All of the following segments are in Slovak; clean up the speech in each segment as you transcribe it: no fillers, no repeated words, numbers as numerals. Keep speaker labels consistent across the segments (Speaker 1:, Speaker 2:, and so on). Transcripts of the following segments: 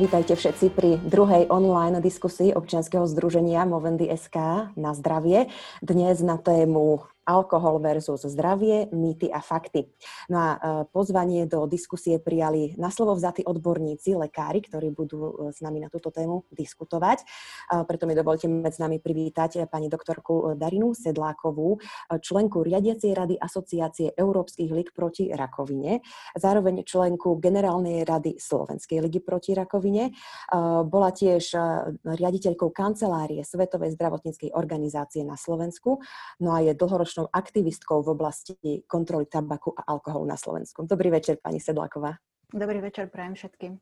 Speaker 1: Vítajte všetci pri druhej online diskusii občianskeho združenia Movendy.sk na zdravie. Dnes na tému alkohol versus zdravie, mýty a fakty. No a pozvanie do diskusie prijali na slovo vzatí odborníci, lekári, ktorí budú s nami na túto tému diskutovať. Preto mi dovolte medzi nami privítať pani doktorku Darinu Sedlákovú, členku riadiacej rady Asociácie Európskych líg proti rakovine, zároveň členku Generálnej rady Slovenskej ligy proti rakovine. Bola tiež riaditeľkou kancelárie Svetovej zdravotníckej organizácie na Slovensku, no a je dlhoročnou aktivistkou v oblasti kontroly tabaku a alkoholu na Slovensku. Dobrý večer, pani Sedláková.
Speaker 2: Dobrý večer, prajem všetkým.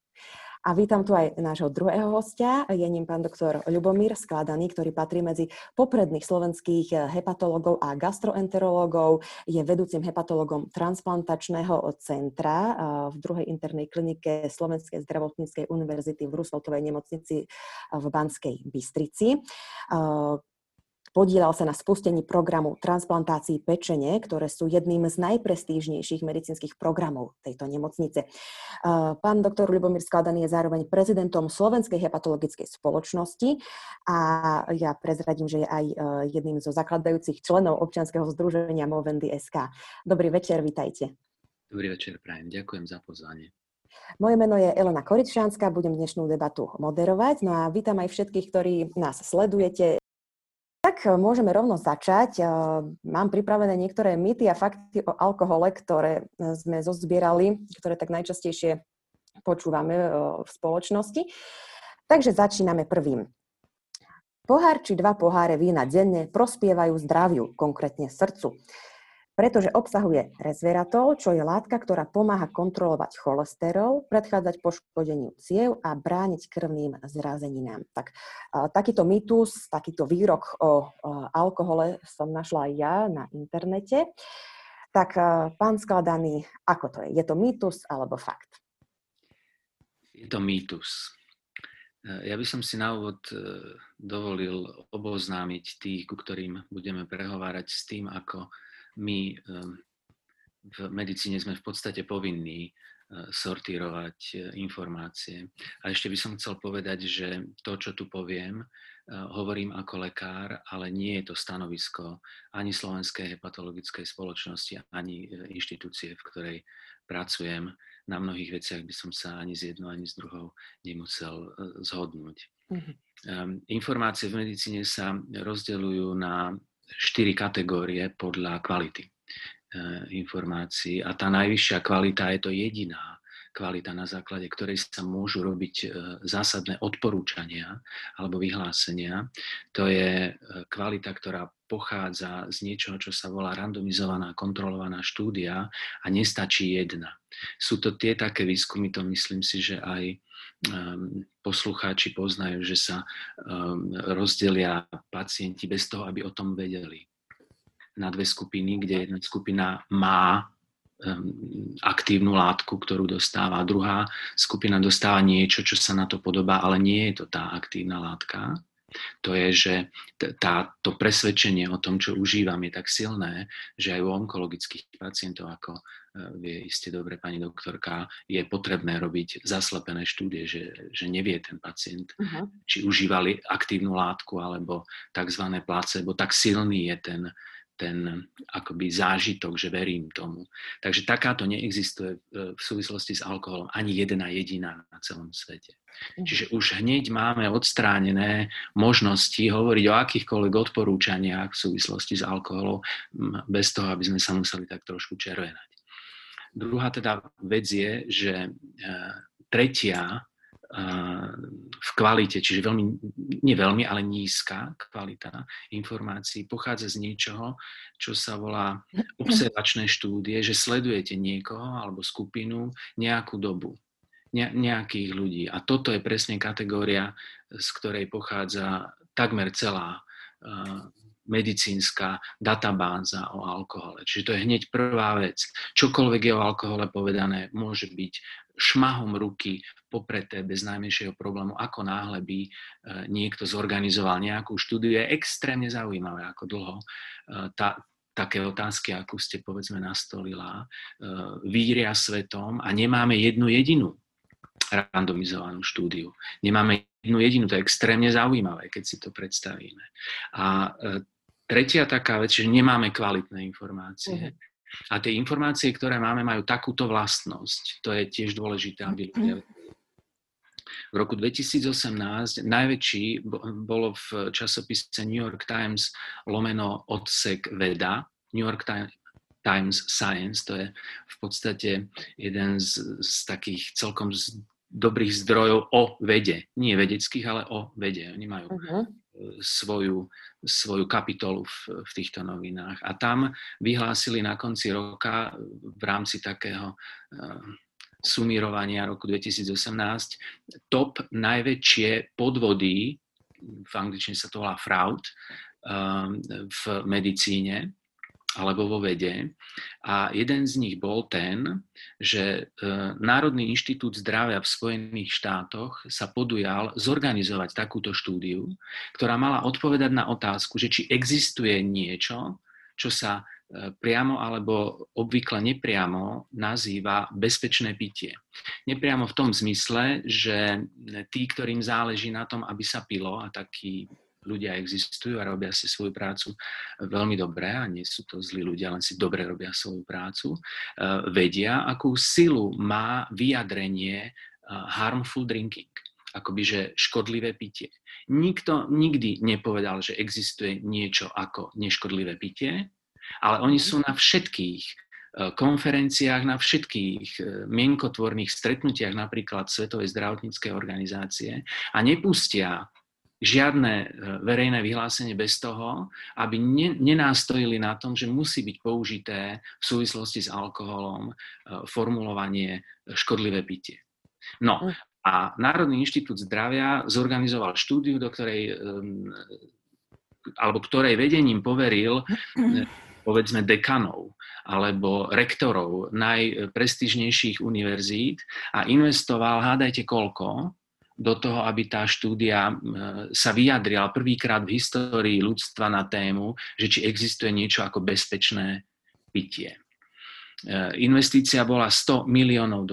Speaker 1: A vítam tu aj nášho druhého hostia, je ním pán doktor Ľubomír Skladaný, ktorý patrí medzi popredných slovenských hepatológov a gastroenterológov, je vedúcim hepatológom transplantačného centra v druhej internej klinike Slovenskej zdravotníckej univerzity v Rooseveltovej nemocnici v Banskej Bystrici. Podieľal sa na spustení programu transplantácií pečene, ktoré sú jedným z najprestížnejších medicínskych programov tejto nemocnice. Pán doktor Ľubomír Skladaný je zároveň prezidentom Slovenskej hepatologickej spoločnosti a ja prezradím, že je aj jedným zo zakladajúcich členov občianskeho združenia Movendy.sk. Dobrý večer, vítajte.
Speaker 3: Dobrý večer, prajem. Ďakujem za pozvanie.
Speaker 1: Moje meno je Elena Koričanská, budem dnešnú debatu moderovať. No a vítam aj všetkých, ktorí nás sledujete. Tak môžeme rovno začať. Mám pripravené niektoré mýty a fakty o alkohole, ktoré sme zozbierali, ktoré tak najčastejšie počúvame v spoločnosti. Takže začíname prvým. Pohár či 2 poháre vína denne prospievajú zdraviu, konkrétne srdcu, pretože obsahuje resveratrol, čo je látka, ktorá pomáha kontrolovať cholesterol, predchádzať poškodeniu ciev a brániť krvným zrazeninám. Tak, takýto mýtus, takýto výrok o alkohole som našla aj ja na internete. Tak, pán Skladaný, ako to je? Je to mýtus alebo fakt?
Speaker 3: Je to mýtus. Ja by som si na úvod dovolil oboznámiť tých, ku ktorým budeme prehovárať s tým, ako my v medicíne sme v podstate povinní sortírovať informácie. A ešte by som chcel povedať, že to, čo tu poviem, hovorím ako lekár, ale nie je to stanovisko ani Slovenskej hepatologickej spoločnosti, ani inštitúcie, v ktorej pracujem. Na mnohých veciach by som sa ani s jednou, ani s druhou nemusel zhodnúť. Informácie v medicíne sa rozdeľujú na 4 kategórie podľa kvality informácií a tá najvyššia kvalita je to jediná kvalita, na základe ktorej sa môžu robiť zásadné odporúčania alebo vyhlásenia. To je kvalita, ktorá pochádza z niečoho, čo sa volá randomizovaná kontrolovaná štúdia a nestačí jedna. Sú to tie také výskumy, to myslím si, že aj poslucháči poznajú, že sa rozdelia pacienti bez toho, aby o tom vedeli, na 2 skupiny, kde jedna skupina má aktívnu látku, ktorú dostáva, a druhá skupina dostáva niečo, čo sa na to podobá, ale nie je to tá aktívna látka. To je, že to presvedčenie o tom, čo užívam, je tak silné, že aj u onkologických pacientov, ako vie iste dobre pani doktorka, je potrebné robiť zaslepené štúdie, že nevie ten pacient, či užívali aktívnu látku alebo tzv. Placebo. Tak silný je ten akoby zážitok, že verím tomu. Takže takáto neexistuje v súvislosti s alkoholom ani jedna jediná na celom svete. Čiže už hneď máme odstránené možnosti hovoriť o akýchkoľvek odporúčaniach v súvislosti s alkoholom bez toho, aby sme sa museli tak trošku červenať. Druhá teda vec je, že tretia v kvalite, čiže nie veľmi, ale nízka kvalita informácií pochádza z niečoho, čo sa volá observačné štúdie, že sledujete niekoho alebo skupinu nejakú dobu, nejakých ľudí. A toto je presne kategória, z ktorej pochádza takmer celá medicínska databáza o alkohole. Čiže to je hneď prvá vec. Čokoľvek je o alkohole povedané, môže byť šmahom ruky popreté bez najmenšieho problému. Ako náhle by niekto zorganizoval nejakú štúdiu, je extrémne zaujímavé, ako dlho také otázky, ako ste povedzme nastolila, víria svetom a nemáme jednu jedinú randomizovanú štúdiu. Nemáme jednu jedinú, to je extrémne zaujímavé, keď si to predstavíme. A tretia taká vec, že nemáme kvalitné informácie. A tie informácie, ktoré máme, majú takúto vlastnosť. To je tiež dôležité, aby ľudia... V roku 2018 najväčší bolo v časopise New York Times lomeno odsek veda, New York Times Science, to je v podstate jeden z takých celkom dobrých zdrojov o vede. Nie vedeckých, ale o vede. Oni majú svoju kapitolu v týchto novinách. A tam vyhlásili na konci roka v rámci takého sumírovania roku 2018 top najväčšie podvody, v angličtine sa to volá fraud, v medicíne alebo vo vede. A jeden z nich bol ten, že Národný inštitút zdravia v Spojených štátoch sa podujal zorganizovať takúto štúdiu, ktorá mala odpovedať na otázku, že či existuje niečo, čo sa priamo alebo obvykle nepriamo nazýva bezpečné pitie. Nepriamo v tom zmysle, že tí, ktorým záleží na tom, aby sa pilo, a takí ľudia existujú a robia si svoju prácu veľmi dobre, a nie sú to zlí ľudia, len si dobre robia svoju prácu, vedia, akú silu má vyjadrenie harmful drinking, akoby že škodlivé pitie. Nikto nikdy nepovedal, že existuje niečo ako neškodlivé pitie, ale oni sú na všetkých konferenciách, na všetkých mienkotvorných stretnutiach, napríklad Svetovej zdravotníckej organizácie, a nepustia žiadne verejné vyhlásenie bez toho, aby nenástojili na tom, že musí byť použité v súvislosti s alkoholom formulovanie škodlivé pitie. No a Národný inštitút zdravia zorganizoval štúdiu, ktorej vedením poveril povedzme dekanov alebo rektorov najprestížnejších univerzít a investoval, hádajte koľko, do toho, aby tá štúdia sa vyjadrila prvýkrát v histórii ľudstva na tému, že či existuje niečo ako bezpečné pitie. Investícia bola $100 miliónov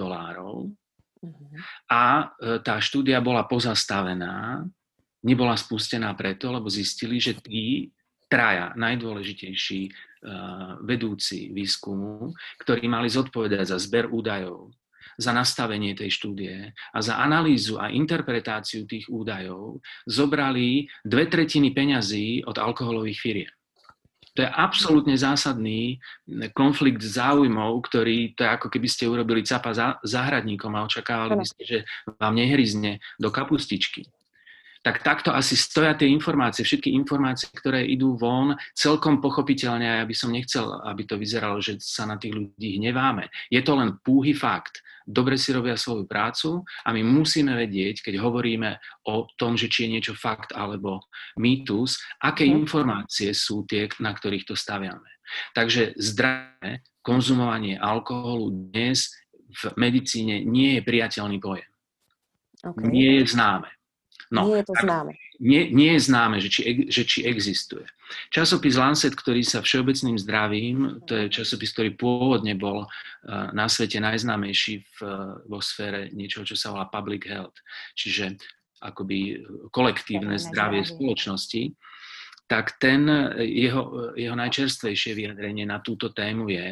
Speaker 3: a tá štúdia bola pozastavená, nebola spustená preto, lebo zistili, že tí traja najdôležitejší vedúci výskumu, ktorí mali zodpovedať za zber údajov, za nastavenie tej štúdie a za analýzu a interpretáciu tých údajov, zobrali 2/3 peňazí od alkoholových firiem. To je absolútne zásadný konflikt záujmov, ktorý, to je ako keby ste urobili capa záhradníkom a očakávali by ste, že vám nehryzne do kapustičky. Tak takto asi stoja tie informácie, všetky informácie, ktoré idú von, celkom pochopiteľne, a ja by som nechcel, aby to vyzeralo, že sa na tých ľudí hneváme. Je to len púhy fakt. Dobre si robia svoju prácu a my musíme vedieť, keď hovoríme o tom, že či je niečo fakt alebo mýtus, aké informácie sú tie, na ktorých to staviame. Takže zdravé konzumovanie alkoholu dnes v medicíne nie je priateľný pojem. Okay. Nie je známe. No,
Speaker 1: nie je to známe.
Speaker 3: Nie je známe, že či existuje. Časopis Lancet, ktorý sa všeobecným zdravím, to je časopis, ktorý pôvodne bol na svete najznámejší vo sfére niečoho, čo sa volá public health, čiže akoby kolektívne zdravie spoločnosti, tak jeho najčerstvejšie vyjadrenie na túto tému je,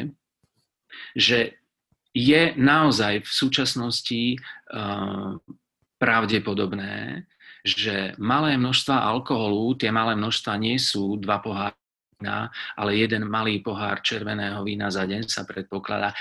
Speaker 3: že je naozaj v súčasnosti pravdepodobné, že malé množstva alkoholu, tie malé množstva nie sú 2 poháry vína, ale 1 malý pohár červeného vína za deň sa predpokladá,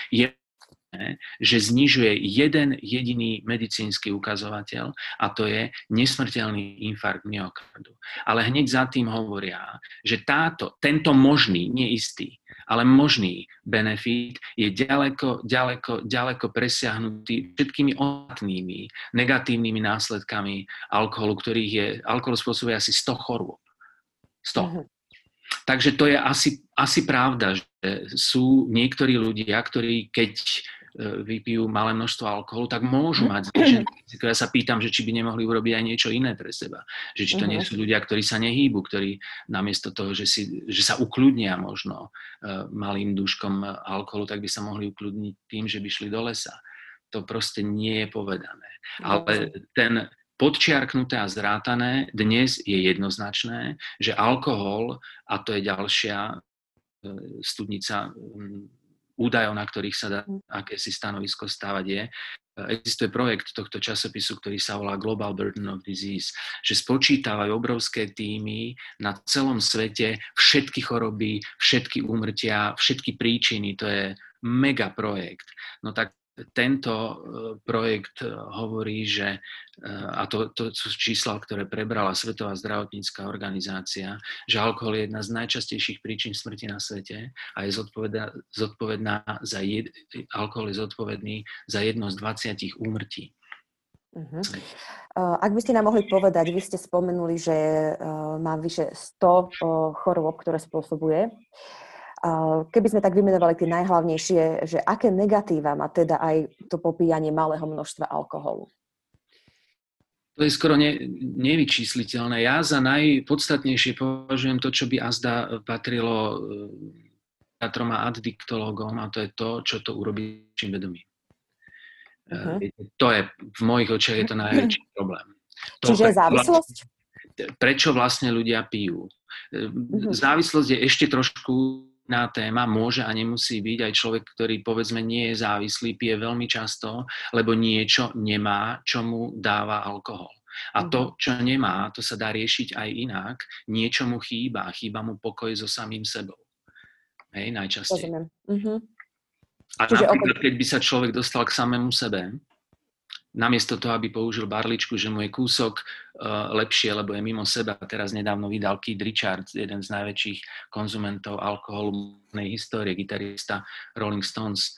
Speaker 3: že znižuje jeden jediný medicínsky ukazovateľ, a to je nesmrteľný infarkt myokardu. Ale hneď za tým hovoria, že tento možný, neistý, ale možný benefit je ďaleko presiahnutý všetkými ostatnými negatívnymi následkami alkoholu, alkohol spôsobuje asi 100 chorôb. 100. Takže to je asi pravda, že sú niektorí ľudia, ktorí keď vypijú malé množstvo alkoholu, tak môžu mať zvýšené riziko. Ja sa pýtam, že či by nemohli urobiť aj niečo iné pre seba. Že či to nie sú ľudia, ktorí sa nehýbu, ktorí namiesto toho, že sa ukľudnia možno malým dúškom alkoholu, tak by sa mohli ukľudniť tým, že by šli do lesa. to proste nie je povedané. Ale ten podčiarknuté a zrátané dnes je jednoznačné, že alkohol, a to je ďalšia studnica údajov, na ktorých sa dá akési stanovisko stávať, je, existuje projekt tohto časopisu, ktorý sa volá Global Burden of Disease, že spočítavajú obrovské tímy na celom svete všetky choroby, všetky úmrtia, všetky príčiny. To je mega projekt. No tak tento projekt hovorí, že, a to sú čísla, ktoré prebrala Svetová zdravotnícka organizácia, že alkohol je jedna z najčastejších príčin smrti na svete a je alkohol je zodpovedný za jedno z 20 úmrtí.
Speaker 1: Uh-huh. Ak by ste nám mohli povedať, vy ste spomenuli, že má vyše 100 chorôb, ktoré spôsobuje. Keby sme tak vymenovali tie najhlavnejšie, že aké negatíva má teda aj to popíjanie malého množstva alkoholu?
Speaker 3: To je skoro nevyčísliteľné. Ja za najpodstatnejšie považujem to, čo by azda patrilo psychiatrom a addiktológom, a to je to, čo to urobí s našim vedomím. Uh-huh. To je, v mojich očiach je to najväčší problém.
Speaker 1: Čiže závislosť?
Speaker 3: Prečo vlastne ľudia pijú? Uh-huh. Závislosť je ešte trošku na téma, môže a nemusí byť aj človek, ktorý povedzme nie je závislý, pije veľmi často, lebo niečo nemá, čo mu dáva alkohol. A to, čo nemá, to sa dá riešiť aj inak. Niečo mu chýba mu pokoj so samým sebou. Hej, najčastejšie. Uh-huh. A napríklad, keď by sa človek dostal k samému sebe, namiesto toho, aby použil barličku, že mu je kúsok lepšie, lebo je mimo seba. Teraz nedávno vydal Keith Richards, jeden z najväčších konzumentov alkoholu v histórie, gitarista Rolling Stones,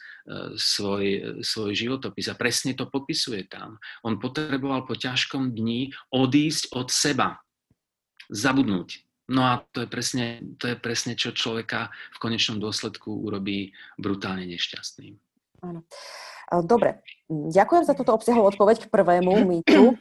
Speaker 3: svoj životopis. A presne to popisuje tam. On potreboval po ťažkom dni odísť od seba. Zabudnúť. No a to je presne, čo človeka v konečnom dôsledku urobí brutálne nešťastným.
Speaker 1: Áno. Dobre, ďakujem za túto obsiahlu odpoveď k prvému mýtu.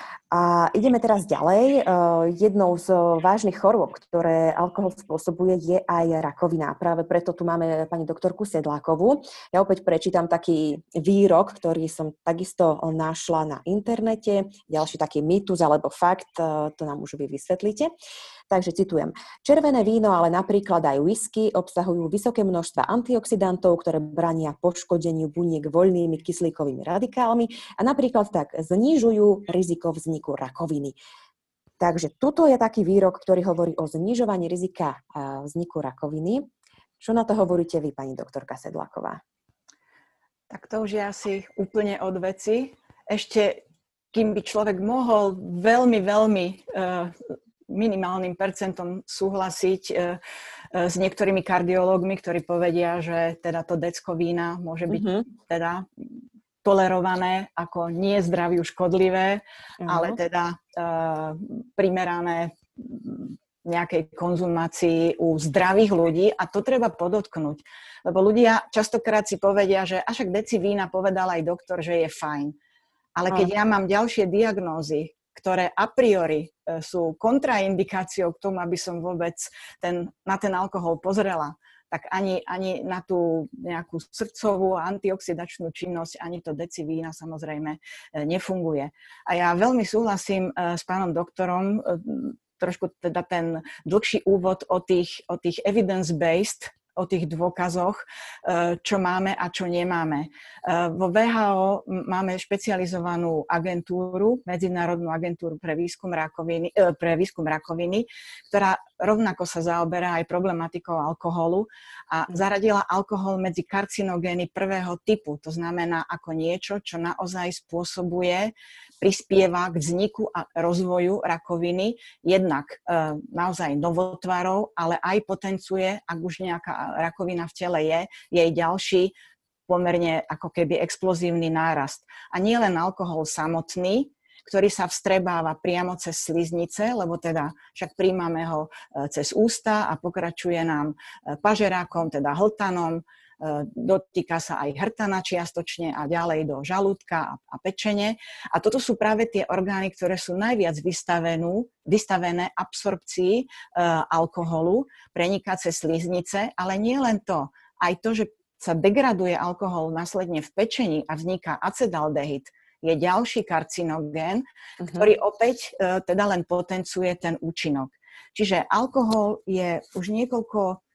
Speaker 1: A ideme teraz ďalej. Jednou z vážnych chorôb, ktoré alkohol spôsobuje, je aj rakovina. Práve preto tu máme pani doktorku Sedlákovú. Ja opäť prečítam taký výrok, ktorý som takisto našla na internete. Ďalší taký mýtus alebo fakt, to nám už vy vysvetlíte. Takže citujem. Červené víno, ale napríklad aj whisky obsahujú vysoké množstva antioxidantov, ktoré bránia poškodeniu buniek voľnými kyslíkovými radikálmi a napríklad tak znižujú riziko vzniku rakoviny. Takže tuto je taký výrok, ktorý hovorí o znižovaní rizika vzniku rakoviny. Čo na to hovoríte vy, pani doktorka Sedláková?
Speaker 2: Tak to už je asi úplne od veci. Ešte, kým by človek mohol veľmi minimálnym percentom súhlasiť s niektorými kardiológmi, ktorí povedia, že teda to decko vína môže byť teda tolerované ako nie zdraviu škodlivé, ale teda primerané nejakej konzumácii u zdravých ľudí a to treba podotknúť. Lebo ľudia častokrát si povedia, že však deci vína povedal aj doktor, že je fajn. Ale keď ja mám ďalšie diagnózy, ktoré a priori sú kontraindikáciou k tomu, aby som vôbec na ten alkohol pozrela, tak ani na tú nejakú srdcovú antioxidačnú činnosť, ani to deci vína samozrejme nefunguje. A ja veľmi súhlasím s pánom doktorom, trošku teda ten dlhší úvod o tých evidence-based, o tých dôkazoch, čo máme a čo nemáme. Vo WHO máme špecializovanú agentúru, Medzinárodnú agentúru pre výskum rakoviny, ktorá rovnako sa zaoberá aj problematikou alkoholu a zaradila alkohol medzi karcinogény prvého typu. To znamená ako niečo, čo naozaj prispieva k vzniku a rozvoju rakoviny, jednak naozaj novotvarov, ale aj potenciuje, ak už nejaká rakovina v tele je, jej ďalší pomerne ako keby explozívny nárast. A nie len alkohol samotný, ktorý sa vstrebáva priamo cez sliznice, lebo teda však príjmame ho cez ústa a pokračuje nám pažerákom, teda hltanom, dotýka sa aj hrtana čiastočne a ďalej do žalúdka a pečene. A toto sú práve tie orgány, ktoré sú najviac vystavené absorpcii alkoholu, preniká cez sliznice, ale nie len to. Aj to, že sa degraduje alkohol následne v pečení a vzniká acetaldehyd, je ďalší karcinogén, ktorý opäť teda len potenciuje ten účinok. Čiže alkohol je už niekoľko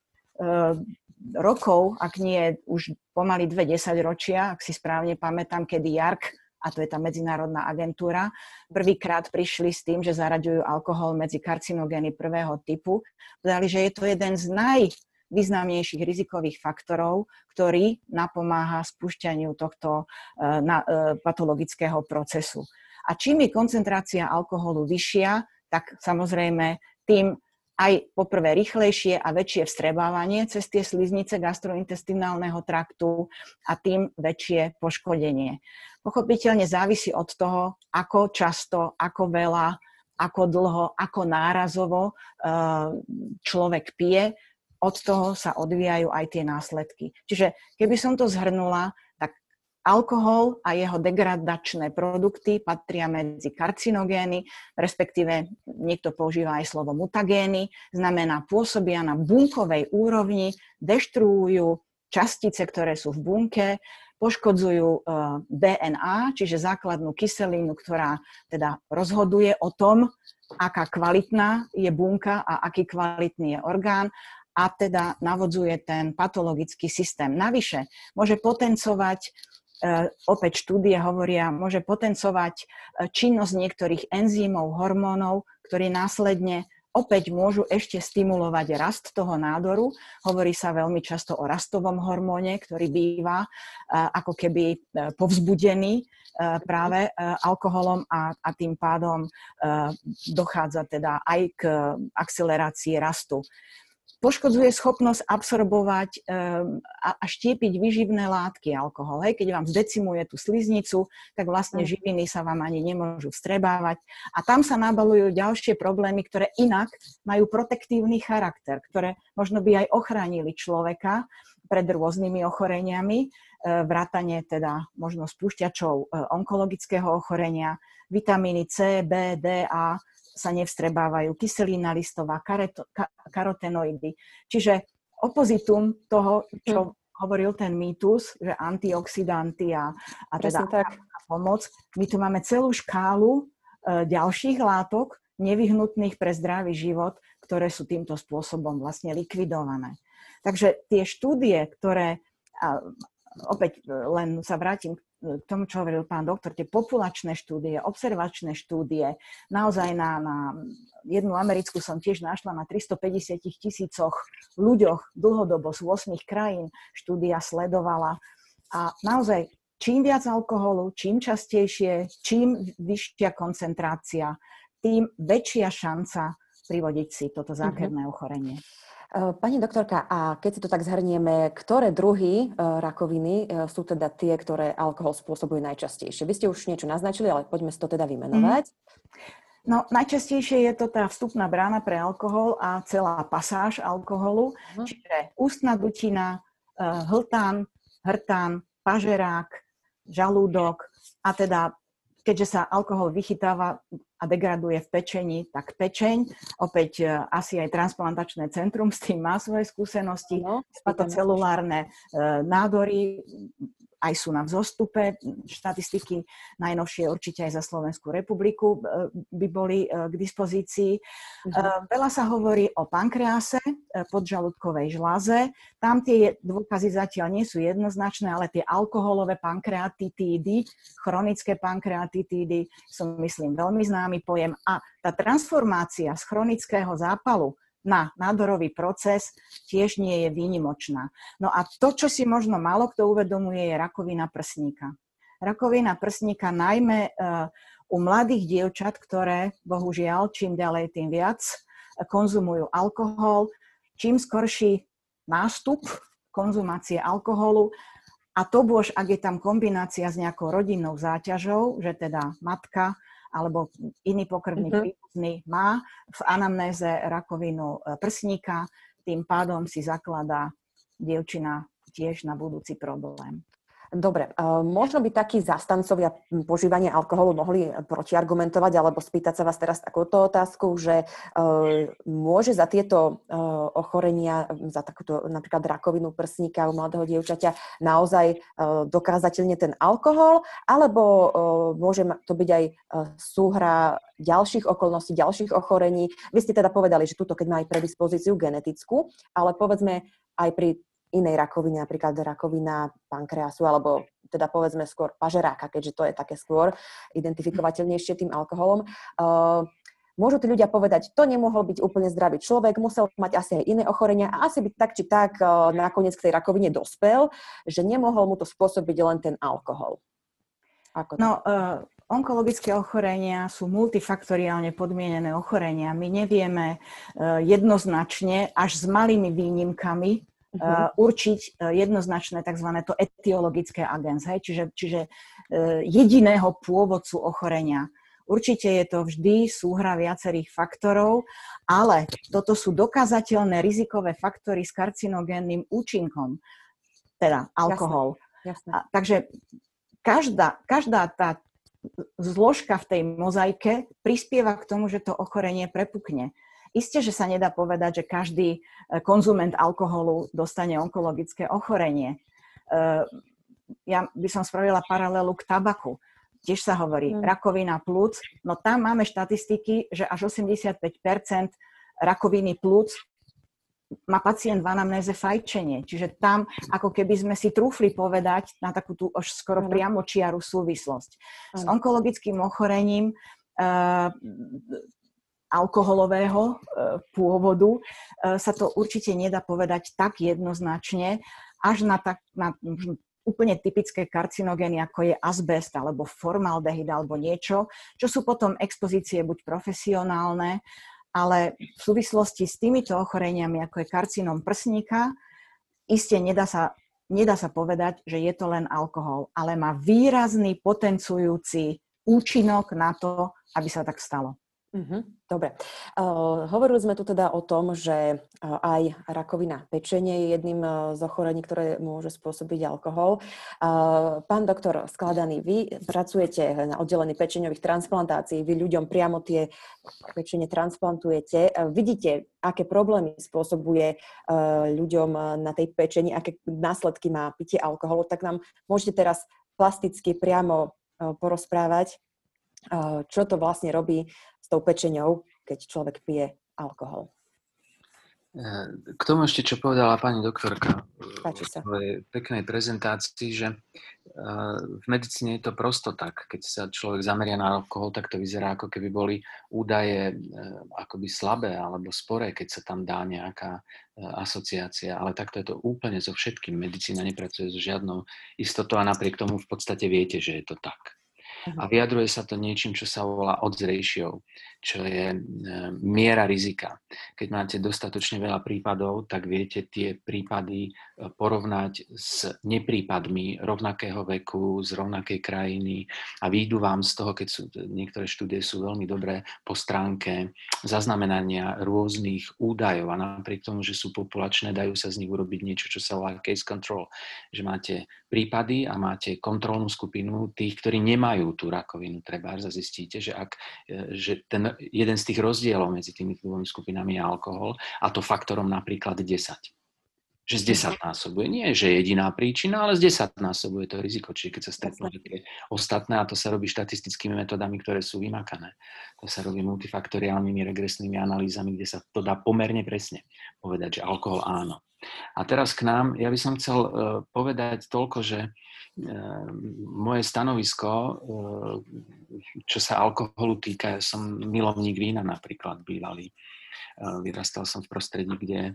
Speaker 2: rokov, ak nie už pomaly 2 desaťročia, ak si správne pamätám, kedy JARC, a to je tá medzinárodná agentúra, prvýkrát prišli s tým, že zaraďujú alkohol medzi karcinogény prvého typu. Povedali, že je to jeden z najvýznamnejších rizikových faktorov, ktorý napomáha spúšťaniu tohto patologického procesu. A čím je koncentrácia alkoholu vyššia, tak samozrejme tým aj poprvé rýchlejšie a väčšie vstrebávanie cez tie sliznice gastrointestinálneho traktu a tým väčšie poškodenie. Pochopiteľne závisí od toho, ako často, ako veľa, ako dlho, ako nárazovo človek pije. Od toho sa odvíjajú aj tie následky. Čiže keby som to zhrnula, tak alkohol a jeho degradačné produkty patria medzi karcinogény, respektíve niekto používa aj slovo mutagény, znamená pôsobia na bunkovej úrovni, deštruujú častice, ktoré sú v bunke, poškodzujú DNA, čiže základnú kyselinu, ktorá teda rozhoduje o tom, aká kvalitná je bunka a aký kvalitný je orgán, a teda navodzuje ten patologický systém. Navyše môže potencovať, opäť štúdie hovoria, môže potencovať činnosť niektorých enzymov, hormónov, ktorí následne opäť môžu ešte stimulovať rast toho nádoru. Hovorí sa veľmi často o rastovom hormóne, ktorý býva ako keby povzbudený práve alkoholom a tým pádom dochádza teda aj k akcelerácii rastu. Poškodzuje schopnosť absorbovať a štiepiť výživné látky alkohol. Hej, keď vám zdecimuje tú sliznicu, tak vlastne živiny sa vám ani nemôžu vstrebávať. A tam sa nabalujú ďalšie problémy, ktoré inak majú protektívny charakter, ktoré možno by aj ochránili človeka pred rôznymi ochoreniami, vrátane teda možno spúšťačov onkologického ochorenia, vitamíny C, B, D, A, sa nevstrebávajú, kyselina listová, karotenoidy. Čiže opozitum toho, čo hovoril ten mýtus, že antioxidanty a teda pomoc, my tu máme celú škálu ďalších látok, nevyhnutných pre zdravý život, ktoré sú týmto spôsobom vlastne likvidované. Takže tie štúdie, ktoré, opäť len sa vrátim k tomu, čo hovoril pán doktor, tie populačné štúdie, observačné štúdie, naozaj na jednu americkú som tiež našla na 350 000 ľuďoch dlhodobo z 8 krajín štúdia sledovala. A naozaj, čím viac alkoholu, čím častejšie, čím vyššia koncentrácia, tým väčšia šanca privodiť si toto zákerné ochorenie.
Speaker 1: Pani doktorka, a keď si to tak zhrnieme, ktoré druhy rakoviny sú teda tie, ktoré alkohol spôsobujú najčastejšie? Vy ste už niečo naznačili, ale poďme si to teda vymenovať.
Speaker 2: No, najčastejšie je to tá vstupná brána pre alkohol a celá pasáž alkoholu, čiže ústna dutina, hltán, hrtán, pažerák, žalúdok a teda keďže sa alkohol vychytáva a degraduje v pečení, tak pečeň, opäť asi aj transplantačné centrum s tým má svoje skúsenosti, patocelulárne nádory aj sú na vzostupe, štatistiky najnovšie určite aj za Slovenskú republiku by boli k dispozícii. Veľa sa hovorí o pankrease, podžalúdkovej žľaze. Tam tie dôkazy zatiaľ nie sú jednoznačné, ale tie alkoholové pankreatitídy, chronické pankreatitídy sú, myslím, veľmi známy pojem. A tá transformácia z chronického zápalu na nádorový proces tiež nie je výnimočná. No a to, čo si možno málo kto uvedomuje, je rakovina prsníka. Rakovina prsníka najmä u mladých dievčat, ktoré bohužiaľ čím ďalej tým viac konzumujú alkohol, čím skorší nástup konzumácie alkoholu a to bož, ak je tam kombinácia s nejakou rodinnou záťažou, že teda matka alebo iný pokrvný príbuzný má v anamnéze rakovinu prsníka, tým pádom si zakladá dievčina tiež na budúci problém.
Speaker 1: Dobre, možno by takí zastancovia požívania alkoholu mohli protiargumentovať alebo spýtať sa vás teraz takúto otázku, že môže za tieto ochorenia, za takúto napríklad rakovinu prsníka u mladého dievčaťa naozaj dokázateľne ten alkohol, alebo môže to byť aj súhra ďalších okolností, ďalších ochorení. Vy ste teda povedali, že tuto, keď má aj predispozíciu genetickú, ale povedzme aj pri inej rakoviny, napríklad rakovina pankreasu, alebo teda povedzme skôr pažeráka, keďže to je také skôr identifikovateľnejšie tým alkoholom. Môžu tí ľudia povedať, to nemohol byť úplne zdravý človek, musel mať asi aj iné ochorenia a asi by tak či tak nakoniec k tej rakovine dospel, že nemohol mu to spôsobiť len ten alkohol. Ako to?
Speaker 2: No, onkologické ochorenia sú multifaktoriálne podmienené ochorenia. My nevieme jednoznačne, až s malými výnimkami, určiť jednoznačné tzv. To etiologické agens, čiže jediného pôvodcu ochorenia. Určite je to vždy súhra viacerých faktorov, ale toto sú dokázateľné rizikové faktory s karcinogénnym účinkom, teda alkohol.
Speaker 1: Jasné.
Speaker 2: Takže každá tá zložka v tej mozaike prispieva k tomu, že to ochorenie prepukne. Isté, že sa nedá povedať, že každý konzument alkoholu dostane onkologické ochorenie. Ja by som spravila paralelu k tabaku. Tiež sa hovorí rakovina plúc, no tam máme štatistiky, že až 85% rakoviny plúc má pacient v anamnéze fajčenie. Čiže tam, ako keby sme si trúfli povedať na takú tú už skoro priamočiaru súvislosť. S onkologickým ochorením alkoholového pôvodu sa to určite nedá povedať tak jednoznačne, až na úplne typické karcinogény, ako je azbest, alebo formaldehyd, alebo niečo, čo sú potom expozície buď profesionálne, ale v súvislosti s týmito ochoreniami, ako je karcinom prsníka, iste nedá sa povedať, že je to len alkohol, ale má výrazný potenciujúci účinok na to, aby sa tak stalo.
Speaker 1: Dobre. Hovorili sme tu teda o tom, že aj rakovina pečene je jedným z ochorení, ktoré môže spôsobiť alkohol. Pán doktor Skladaný, vy pracujete na oddelení pečeňových transplantácií, vy ľuďom priamo tie pečene transplantujete. Vidíte, aké problémy spôsobuje ľuďom na tej pečeni, aké následky má pitie alkoholu, tak nám môžete teraz plasticky priamo porozprávať, čo to vlastne robí s tou pečeňou, keď človek pije alkohol.
Speaker 3: K tomu ešte, čo povedala pani doktorka
Speaker 1: Páči sa.
Speaker 3: v svojej peknej prezentácii, že v medicíne je to prosto tak. Keď sa človek zameria na alkohol, tak to vyzerá, ako keby boli údaje akoby slabé alebo sporé, keď sa tam dá nejaká asociácia. Ale takto je to úplne so všetkým. Medicína nepracuje so žiadnou istotou a napriek tomu v podstate viete, že je to tak. A vyjadruje sa to niečím, čo sa volá odds ratio, čo je miera rizika. Keď máte dostatočne veľa prípadov, tak viete tie prípady porovnať s neprípadmi rovnakého veku, z rovnakej krajiny a výjdu vám z toho, keď niektoré štúdie sú veľmi dobré po stránke zaznamenania rôznych údajov a napriek tomu, že sú populačné, dajú sa z nich urobiť niečo, čo sa volá case control, že máte prípady a máte kontrolnú skupinu tých, ktorí nemajú tú rakovinu. Trebárs a zistíte, že ten jeden z tých rozdielov medzi tými dvomi skupinami je alkohol a to faktorom napríklad 10. Že z 10 násobuje. Nie, že jediná príčina, ale z 10 násobuje to riziko. Čiže keď sa stretnú tie ostatné, a to sa robí štatistickými metodami, ktoré sú vymakané. To sa robí multifaktoriálnymi regresnými analýzami, kde sa to dá pomerne presne povedať, že alkohol áno. A teraz k nám, ja by som chcel povedať toľko, že moje stanovisko, čo sa alkoholu týka, ja som milovník vína napríklad bývalý. Vyrastal som v prostredí, kde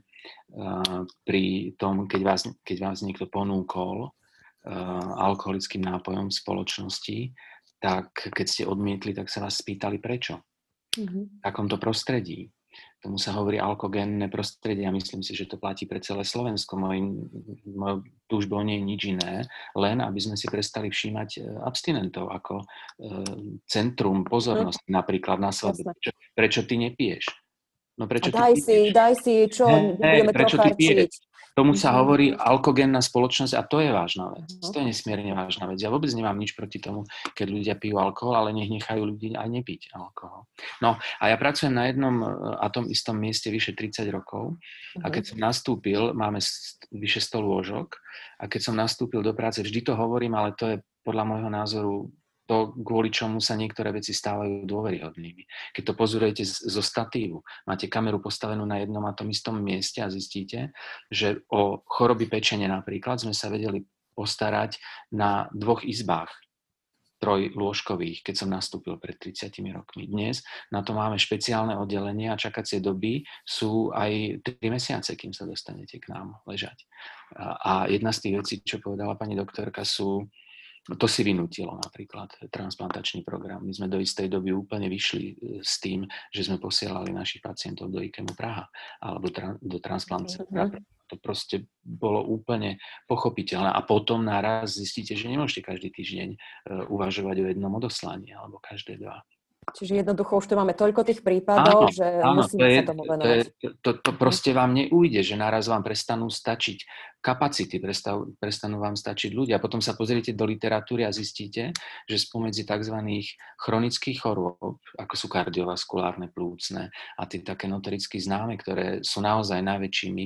Speaker 3: pri tom, keď vás niekto ponúkol alkoholickým nápojom v spoločnosti, tak keď ste odmietli, tak sa vás spýtali prečo. V takomto prostredí. Tomu sa hovorí alkogénne prostredie a myslím si, že to platí pre celé Slovensko. Mojou túžbou nie je nič iné, len aby sme si prestali všímať abstinentov ako centrum pozornosti napríklad na sebe. Prečo ty nepiješ? No prečo
Speaker 1: daj si, čo budeme
Speaker 3: prečo ty piješ? Tomu sa hovorí alkogénna spoločnosť a to je vážna vec. To je nesmierne vážna vec. Ja vôbec nemám nič proti tomu, keď ľudia pijú alkohol, ale nech nechajú ľudí aj nepiť alkohol. No a ja pracujem na jednom a tom istom mieste vyše 30 rokov a keď som nastúpil, máme vyše 100 lôžok a keď som nastúpil do práce, vždy to hovorím, ale to je podľa môjho názoru to, kvôli čomu sa niektoré veci stávajú dôveryhodnými. Keď to pozorujete zo statívu, máte kameru postavenú na jednom a tom istom mieste a zistíte, že o choroby pečene napríklad sme sa vedeli postarať na 2 izbách trojlôžkových, keď som nastúpil pred 30 rokmi. Dnes na to máme špeciálne oddelenie a čakacie doby sú aj 3 mesiace, kým sa dostanete k nám ležať. A jedna z tých vecí, čo povedala pani doktorka, to si vynútilo napríklad transplantačný program. My sme do istej doby úplne vyšli s tým, že sme posielali našich pacientov do IKEMu Praha alebo do transplantácie. To proste bolo úplne pochopiteľné. A potom naraz zistíte, že nemôžete každý týždeň uvažovať o jednom odoslaní alebo každé 2.
Speaker 1: Čiže jednoducho už tu máme toľko tých prípadov, že musíme sa tomu venovať.
Speaker 3: To proste vám neujde, že naraz vám prestanú stačiť kapacity, prestanú vám stačiť ľudia. Potom sa pozriete do literatúry a zistíte, že spomedzi tzv. Chronických chorôb, ako sú kardiovaskulárne, plúcne a tie také notoricky známe, ktoré sú naozaj najväčšími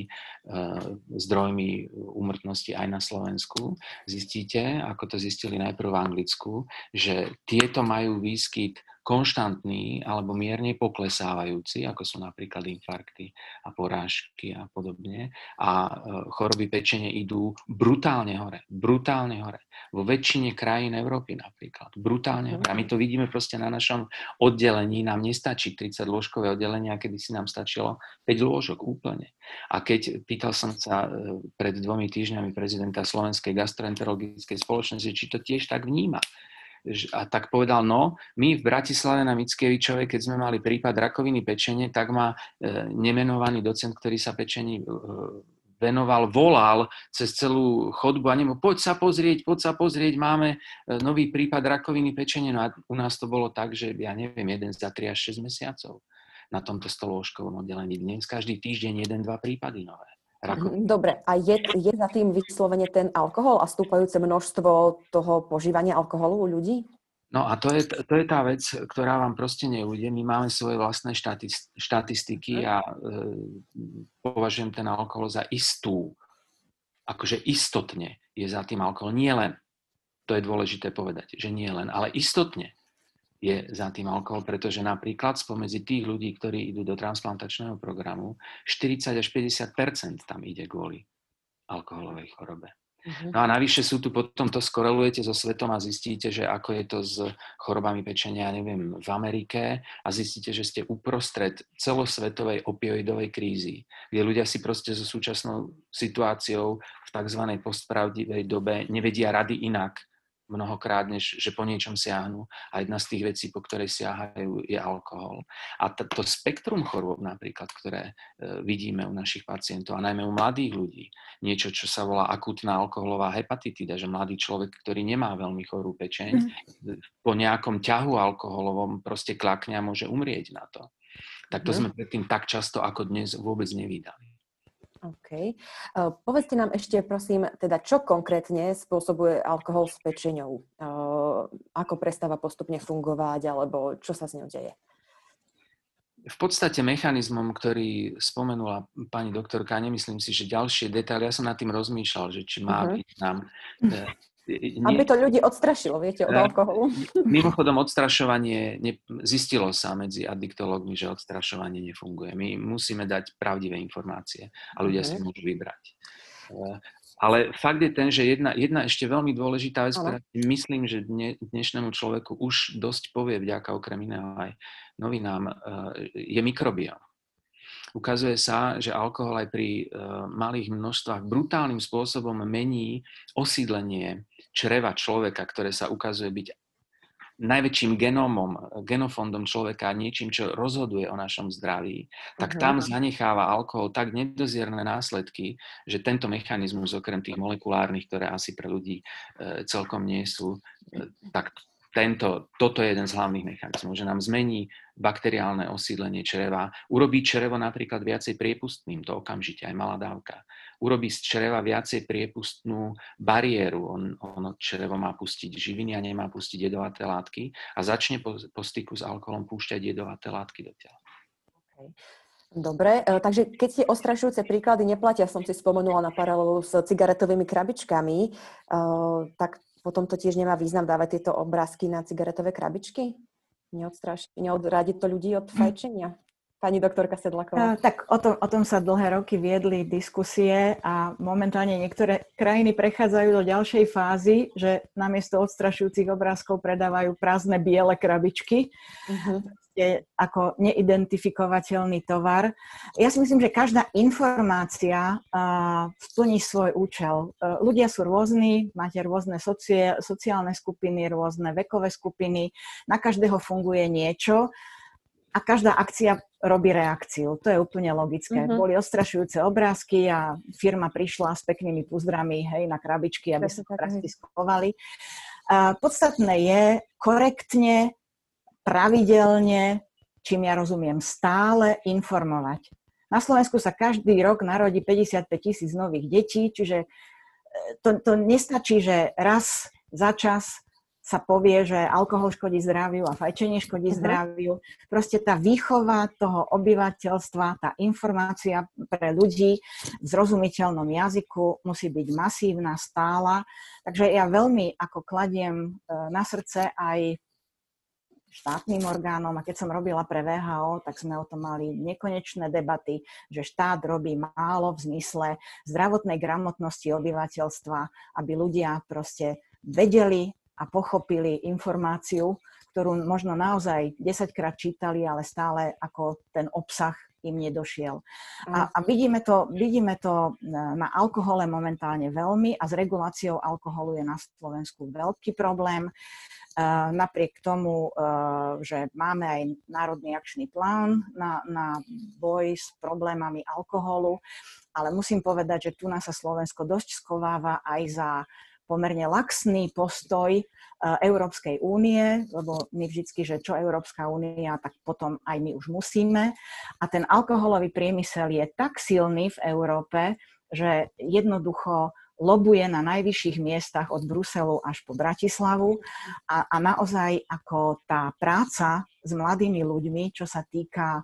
Speaker 3: zdrojmi úmrtnosti aj na Slovensku, zistíte, ako to zistili najprv v Anglicku, že tieto majú výskyt konštantný alebo mierne poklesávajúci, ako sú napríklad infarkty a porážky a podobne. A choroby pečene idú brutálne hore. Brutálne hore. Vo väčšine krajín Európy napríklad. Brutálne hore. A my to vidíme proste na našom oddelení. Nám nestačí 30-lôžkové oddelenie, a kedy si nám stačilo 5 lôžok úplne. A keď pýtal som sa pred 2 týždňami prezidenta Slovenskej gastroenterologickej spoločnosti, či to tiež tak vníma. A tak povedal, my v Bratislave na Mickiewiczowej, keď sme mali prípad rakoviny pečene, tak ma nemenovaný docent, ktorý sa pečení venoval, volal cez celú chodbu a poď sa pozrieť, máme nový prípad rakoviny pečene. No a u nás to bolo tak, že ja neviem, 1 za 3 až 6 mesiacov na tomto 100-lôžkovom oddelení. Dnes každý týždeň 1-2 prípady nové.
Speaker 1: Dobre, a je za tým vyslovene ten alkohol a stúpajúce množstvo toho požívania alkoholu u ľudí?
Speaker 3: No a to je tá vec, ktorá vám proste neujde. My máme svoje vlastné štatistiky a považujem ten alkohol za istú. Akože istotne je za tým alkohol. Nie len, to je dôležité povedať, že nie len, ale istotne je za tým alkohol, pretože napríklad spomedzi tých ľudí, ktorí idú do transplantačného programu, 40 až 50% tam ide kvôli alkoholovej chorobe. No a navyše sú tu potom, to skorelujete so svetom a zistíte, že ako je to s chorobami pečenia, v Amerike a zistíte, že ste uprostred celosvetovej opioidovej krízy, kde ľudia si proste so súčasnou situáciou v tzv. Postpravdivej dobe nevedia rady inak, mnohokrát, než že po niečom siahnu. A jedna z tých vecí, po ktorej siahajú, je alkohol. A to spektrum chorôb napríklad, ktoré vidíme u našich pacientov, a najmä u mladých ľudí, niečo, čo sa volá akútna alkoholová hepatitida, že mladý človek, ktorý nemá veľmi chorú pečeň, po nejakom ťahu alkoholovom proste klakne a môže umrieť na to. Tak to sme predtým tak často ako dnes vôbec nevídali.
Speaker 1: OK. Povedzte nám ešte, prosím, teda čo konkrétne spôsobuje alkohol s pečeňou? Ako prestáva postupne fungovať, alebo čo sa s ňou deje?
Speaker 3: V podstate mechanizmom, ktorý spomenula pani doktorka, nemyslím si, že ďalšie detaily, ja som nad tým rozmýšľal, že či má byť nám...
Speaker 1: Aby to ľudí odstrašilo, viete, od alkoholu.
Speaker 3: Mimochodom, odstrašovanie, zistilo sa medzi adiktológmi, že odstrašovanie nefunguje. My musíme dať pravdivé informácie a ľudia si môžu vybrať. Ale fakt je ten, že jedna ešte veľmi dôležitá vec, ktorá myslím, že dnešnému človeku už dosť povie vďaka okrem iného aj novinám, je mikrobióm. Ukazuje sa, že alkohol aj pri malých množstvách brutálnym spôsobom mení osídlenie čreva človeka, ktoré sa ukazuje byť najväčším genofondom človeka, niečím, čo rozhoduje o našom zdraví, tak tam zanecháva alkohol tak nedozierne následky, že tento mechanizmus, okrem tých molekulárnych, ktoré asi pre ľudí celkom nie sú, tak toto je jeden z hlavných mechanizmov, že nám zmení bakteriálne osídlenie čreva, urobí črevo napríklad viacej priepustným, to okamžite, aj malá dávka urobí z čreva viacej priepustnú bariéru. Ono črevo má pustiť živiny a nemá pustiť jedovaté látky a začne po styku s alkoholom púšťať jedovaté látky do tela.
Speaker 1: Okay. Dobre, takže keď tie ostrašujúce príklady neplatia, som si spomenula na paralelu s cigaretovými krabičkami, tak potom to tiež nemá význam dávať tieto obrázky na cigaretové krabičky? Neodradiť to ľudí od fajčenia? Pani doktorka Sedláková.
Speaker 2: Tak o tom sa dlhé roky viedli diskusie a momentálne niektoré krajiny prechádzajú do ďalšej fázy, že namiesto odstrašujúcich obrázkov predávajú prázdne biele krabičky. Ako neidentifikovateľný tovar. Ja si myslím, že každá informácia splní svoj účel. Ľudia sú rôzni, máte rôzne sociálne skupiny, rôzne vekové skupiny, na každého funguje niečo a každá akcia robí reakciu. To je úplne logické. Boli odstrašujúce obrázky a firma prišla s peknými púzdrami, hej, na krabičky, aby sa obrázky schovali. Podstatné je korektne, pravidelne, čím ja rozumiem, stále informovať. Na Slovensku sa každý rok narodí 55 000 nových detí, čiže to nestačí, že raz za čas sa povie, že alkohol škodí zdraviu a fajčenie škodí zdraviu. Proste tá výchova toho obyvateľstva, tá informácia pre ľudí v zrozumiteľnom jazyku musí byť masívna, stála. Takže ja veľmi ako kladiem na srdce aj štátnym orgánom a keď som robila pre VHO, tak sme o tom mali nekonečné debaty, že štát robí málo v zmysle zdravotnej gramotnosti obyvateľstva, aby ľudia proste vedeli a pochopili informáciu, ktorú možno naozaj 10-krát čítali, ale stále ako ten obsah im nedošiel. A vidíme to na alkohole momentálne veľmi a s reguláciou alkoholu je na Slovensku veľký problém. Napriek tomu, že máme aj Národný akčný plán na boj s problémami alkoholu, ale musím povedať, že tu nás sa Slovensko dosť schováva aj za pomerne laxný postoj Európskej únie, lebo my vždycky, že čo Európska únia, tak potom aj my už musíme. A ten alkoholový priemysel je tak silný v Európe, že jednoducho lobuje na najvyšších miestach od Bruselu až po Bratislavu a naozaj ako tá práca s mladými ľuďmi, čo sa týka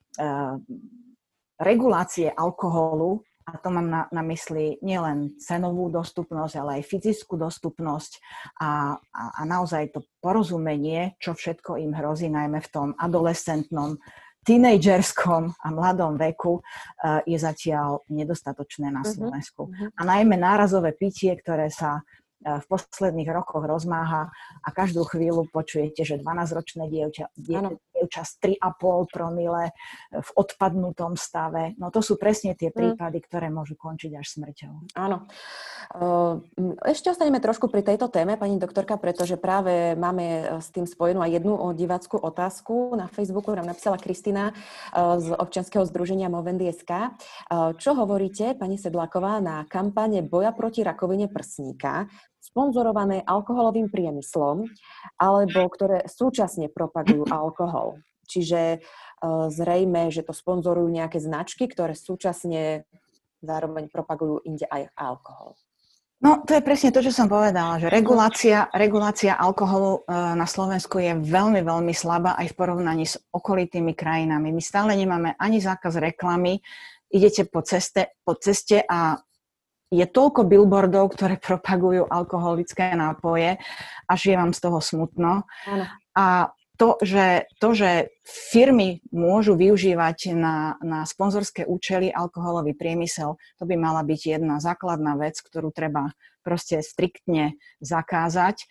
Speaker 2: regulácie alkoholu, a to mám na mysli nielen cenovú dostupnosť, ale aj fyzickú dostupnosť a naozaj to porozumenie, čo všetko im hrozí, najmä v tom adolescentnom, tínedžerskom a mladom veku, je zatiaľ nedostatočné na Slovensku. A najmä nárazové pitie, ktoré sa v posledných rokoch rozmáha a každú chvíľu počujete, že 12-ročné dievča z 3,5 promile v odpadnutom stave. No to sú presne tie prípady, ktoré môžu končiť až smrťou.
Speaker 1: Áno. Ešte ostaneme trošku pri tejto téme, pani doktorka, pretože práve máme s tým spojenú aj jednu divácku otázku. Na Facebooku nám napísala Kristina z občianskeho združenia Movendi.sk. Čo hovoríte, pani Sedláková, na kampane boja proti rakovine prsníka, sponzorované alkoholovým priemyslom, alebo ktoré súčasne propagujú alkohol? Čiže zrejme, že to sponzorujú nejaké značky, ktoré súčasne zároveň propagujú inde aj alkohol.
Speaker 2: No, to je presne to, čo som povedala, že regulácia alkoholu na Slovensku je veľmi, veľmi slabá aj v porovnaní s okolitými krajinami. My stále nemáme ani zákaz reklamy, idete po ceste a je toľko billboardov, ktoré propagujú alkoholické nápoje, až je vám z toho smutno. A to, že firmy môžu využívať na sponzorské účely alkoholový priemysel, to by mala byť jedna základná vec, ktorú treba proste striktne zakázať.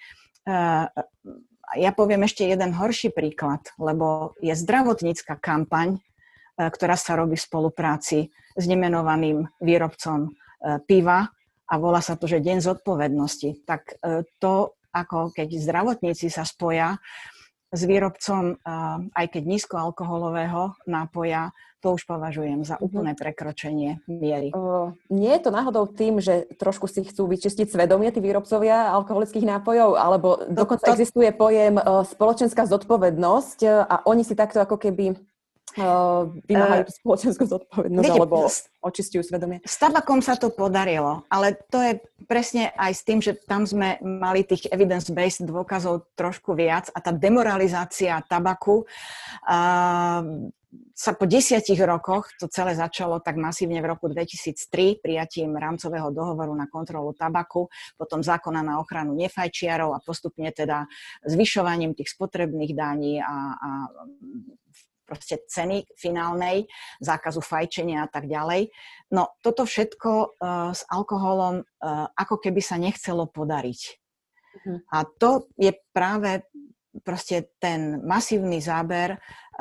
Speaker 2: Ja poviem ešte jeden horší príklad, lebo je zdravotnícka kampaň, ktorá sa robí v spolupráci s nemenovaným výrobcom piva a volá sa to, že Deň zodpovednosti. Tak to, ako keď zdravotníci sa spoja s výrobcom aj keď nízkoalkoholového nápoja, to už považujem za úplné prekročenie miery.
Speaker 1: Nie je to náhodou tým, že trošku si chcú vyčistiť svedomie tí výrobcovia alkoholických nápojov, alebo dokonca existuje pojem spoločenská zodpovednosť a oni si takto ako keby vymáhajú tú spoločenskú zodpovednosť alebo očistujú svedomie.
Speaker 2: S tabakom sa to podarilo, ale to je presne aj s tým, že tam sme mali tých evidence-based dôkazov trošku viac a tá demoralizácia tabaku sa po 10 rokoch, to celé začalo tak masívne v roku 2003 prijatím rámcového dohovoru na kontrolu tabaku, potom zákona na ochranu nefajčiarov a postupne teda zvyšovaním tých spotrebných daní a proste ceny finálnej, zákazu fajčenia a tak ďalej. No toto všetko s alkoholom ako keby sa nechcelo podariť. A to je práve proste ten masívny záber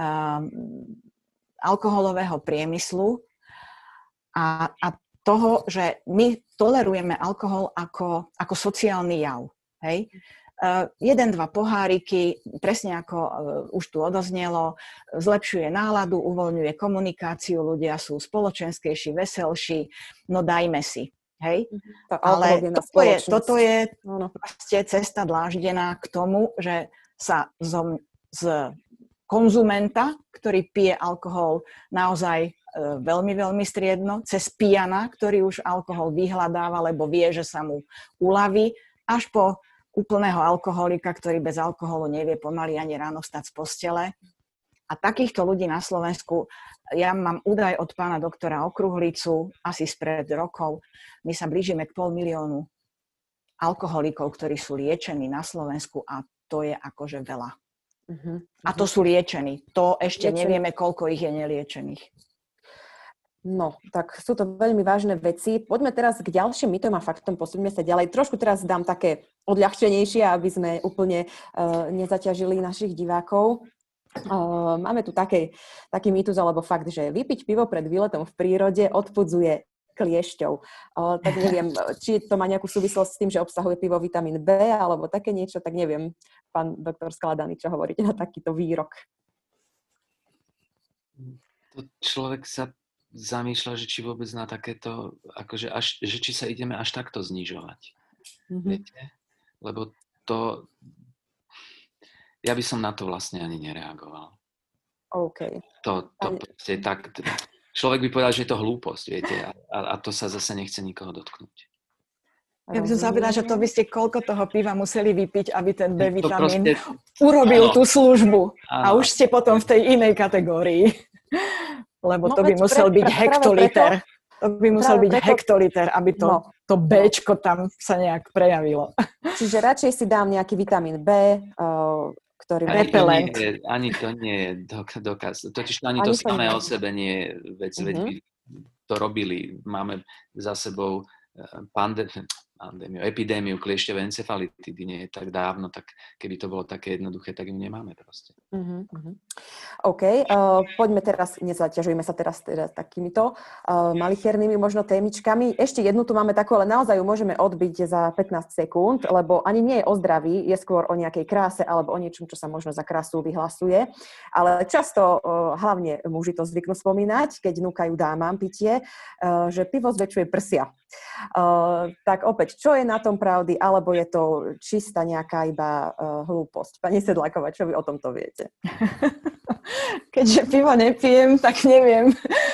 Speaker 2: alkoholového priemyslu a toho, že my tolerujeme alkohol ako sociálny jav. Hej? 1-2 poháriky, presne ako už tu odoznelo, zlepšuje náladu, uvoľňuje komunikáciu, ľudia sú spoločenskejší, veselší, no dajme si. Hej? Ale toto je proste cesta dláždená k tomu, že sa z konzumenta, ktorý pije alkohol naozaj veľmi, veľmi striedno, cez pijana, ktorý už alkohol vyhľadáva, lebo vie, že sa mu uľaví, až po úplného alkoholika, ktorý bez alkoholu nevie pomaly ani ráno vstať z postele. A takýchto ľudí na Slovensku, ja mám údaj od pána doktora Okruhlicu, asi spred rokov, my sa blížime k 500 000 alkoholikov, ktorí sú liečení na Slovensku a to je akože veľa. A to sú liečení. To ešte nevieme, koľko ich je neliečených.
Speaker 1: No, tak sú to veľmi vážne veci. Poďme teraz k ďalším mytom a faktom, posúďme sa ďalej. Trošku teraz dám také odľahčenejšie, aby sme úplne nezaťažili našich divákov. Máme tu taký mýtus alebo fakt, že vypiť pivo pred výletom v prírode odpudzuje kliešťou. Tak neviem, či to má nejakú súvislosť s tým, že obsahuje pivo vitamín B, alebo také niečo, tak neviem, pán doktor Skladaný, čo hovoríte na takýto výrok?
Speaker 3: To človek sa zamýšľa, že či vôbec na takéto, akože že či sa ideme až takto znižovať. Viete? Lebo to, ja by som na to vlastne ani nereagoval.
Speaker 1: OK.
Speaker 3: To proste tak... Človek by povedal, že je to hlúposť, viete, a to sa zase nechce nikoho dotknúť.
Speaker 2: Ja by som sa povedala, že to by ste koľko toho piva museli vypiť, aby ten B vitamín urobil tú službu. A už ste potom v tej inej kategórii. Lebo to by musel byť hektoliter. To by musel byť hektoliter, aby to Bčko tam sa nejak prejavilo.
Speaker 1: Čiže radšej si dám nejaký vitamín B, ktorý
Speaker 2: repelent.
Speaker 3: Ani to nie je dokaz. Totiž ani to samé o sebe nie je vec. Veď by to robili. Máme za sebou epidémiu kliešťovej encefalitidy nie je tak dávno, tak keby to bolo také jednoduché, tak ju nemáme proste.
Speaker 1: OK, poďme teraz, nezaťažujme sa teraz takýmito malichernými možno témičkami. Ešte jednu tu máme takú, ale naozaj ju môžeme odbiť za 15 sekúnd, lebo ani nie je o zdraví, je skôr o nejakej kráse alebo o niečom, čo sa možno za krásu vyhlasuje. Ale často, hlavne muži to zvyknú spomínať, keď núkajú dámam pitie, že pivo zväčšuje prsia. Tak opäť, čo je na tom pravdy, alebo je to čistá nejaká iba hlúposť? Pani Sedláková, čo vy o tomto viete?
Speaker 2: Keďže pivo nepijem, tak neviem.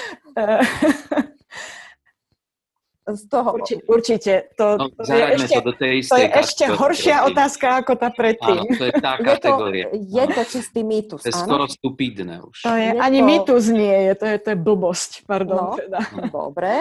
Speaker 1: Z toho...
Speaker 2: Určite. To je ešte horšia otázka ako tá predtým.
Speaker 3: Áno, to je tá kategória.
Speaker 1: Je to čistý mýtus,
Speaker 3: áno? To je skoro stupidné už.
Speaker 2: To je ani mýtus nie je, to je blbosť, pardon. Teda.
Speaker 1: Dobre.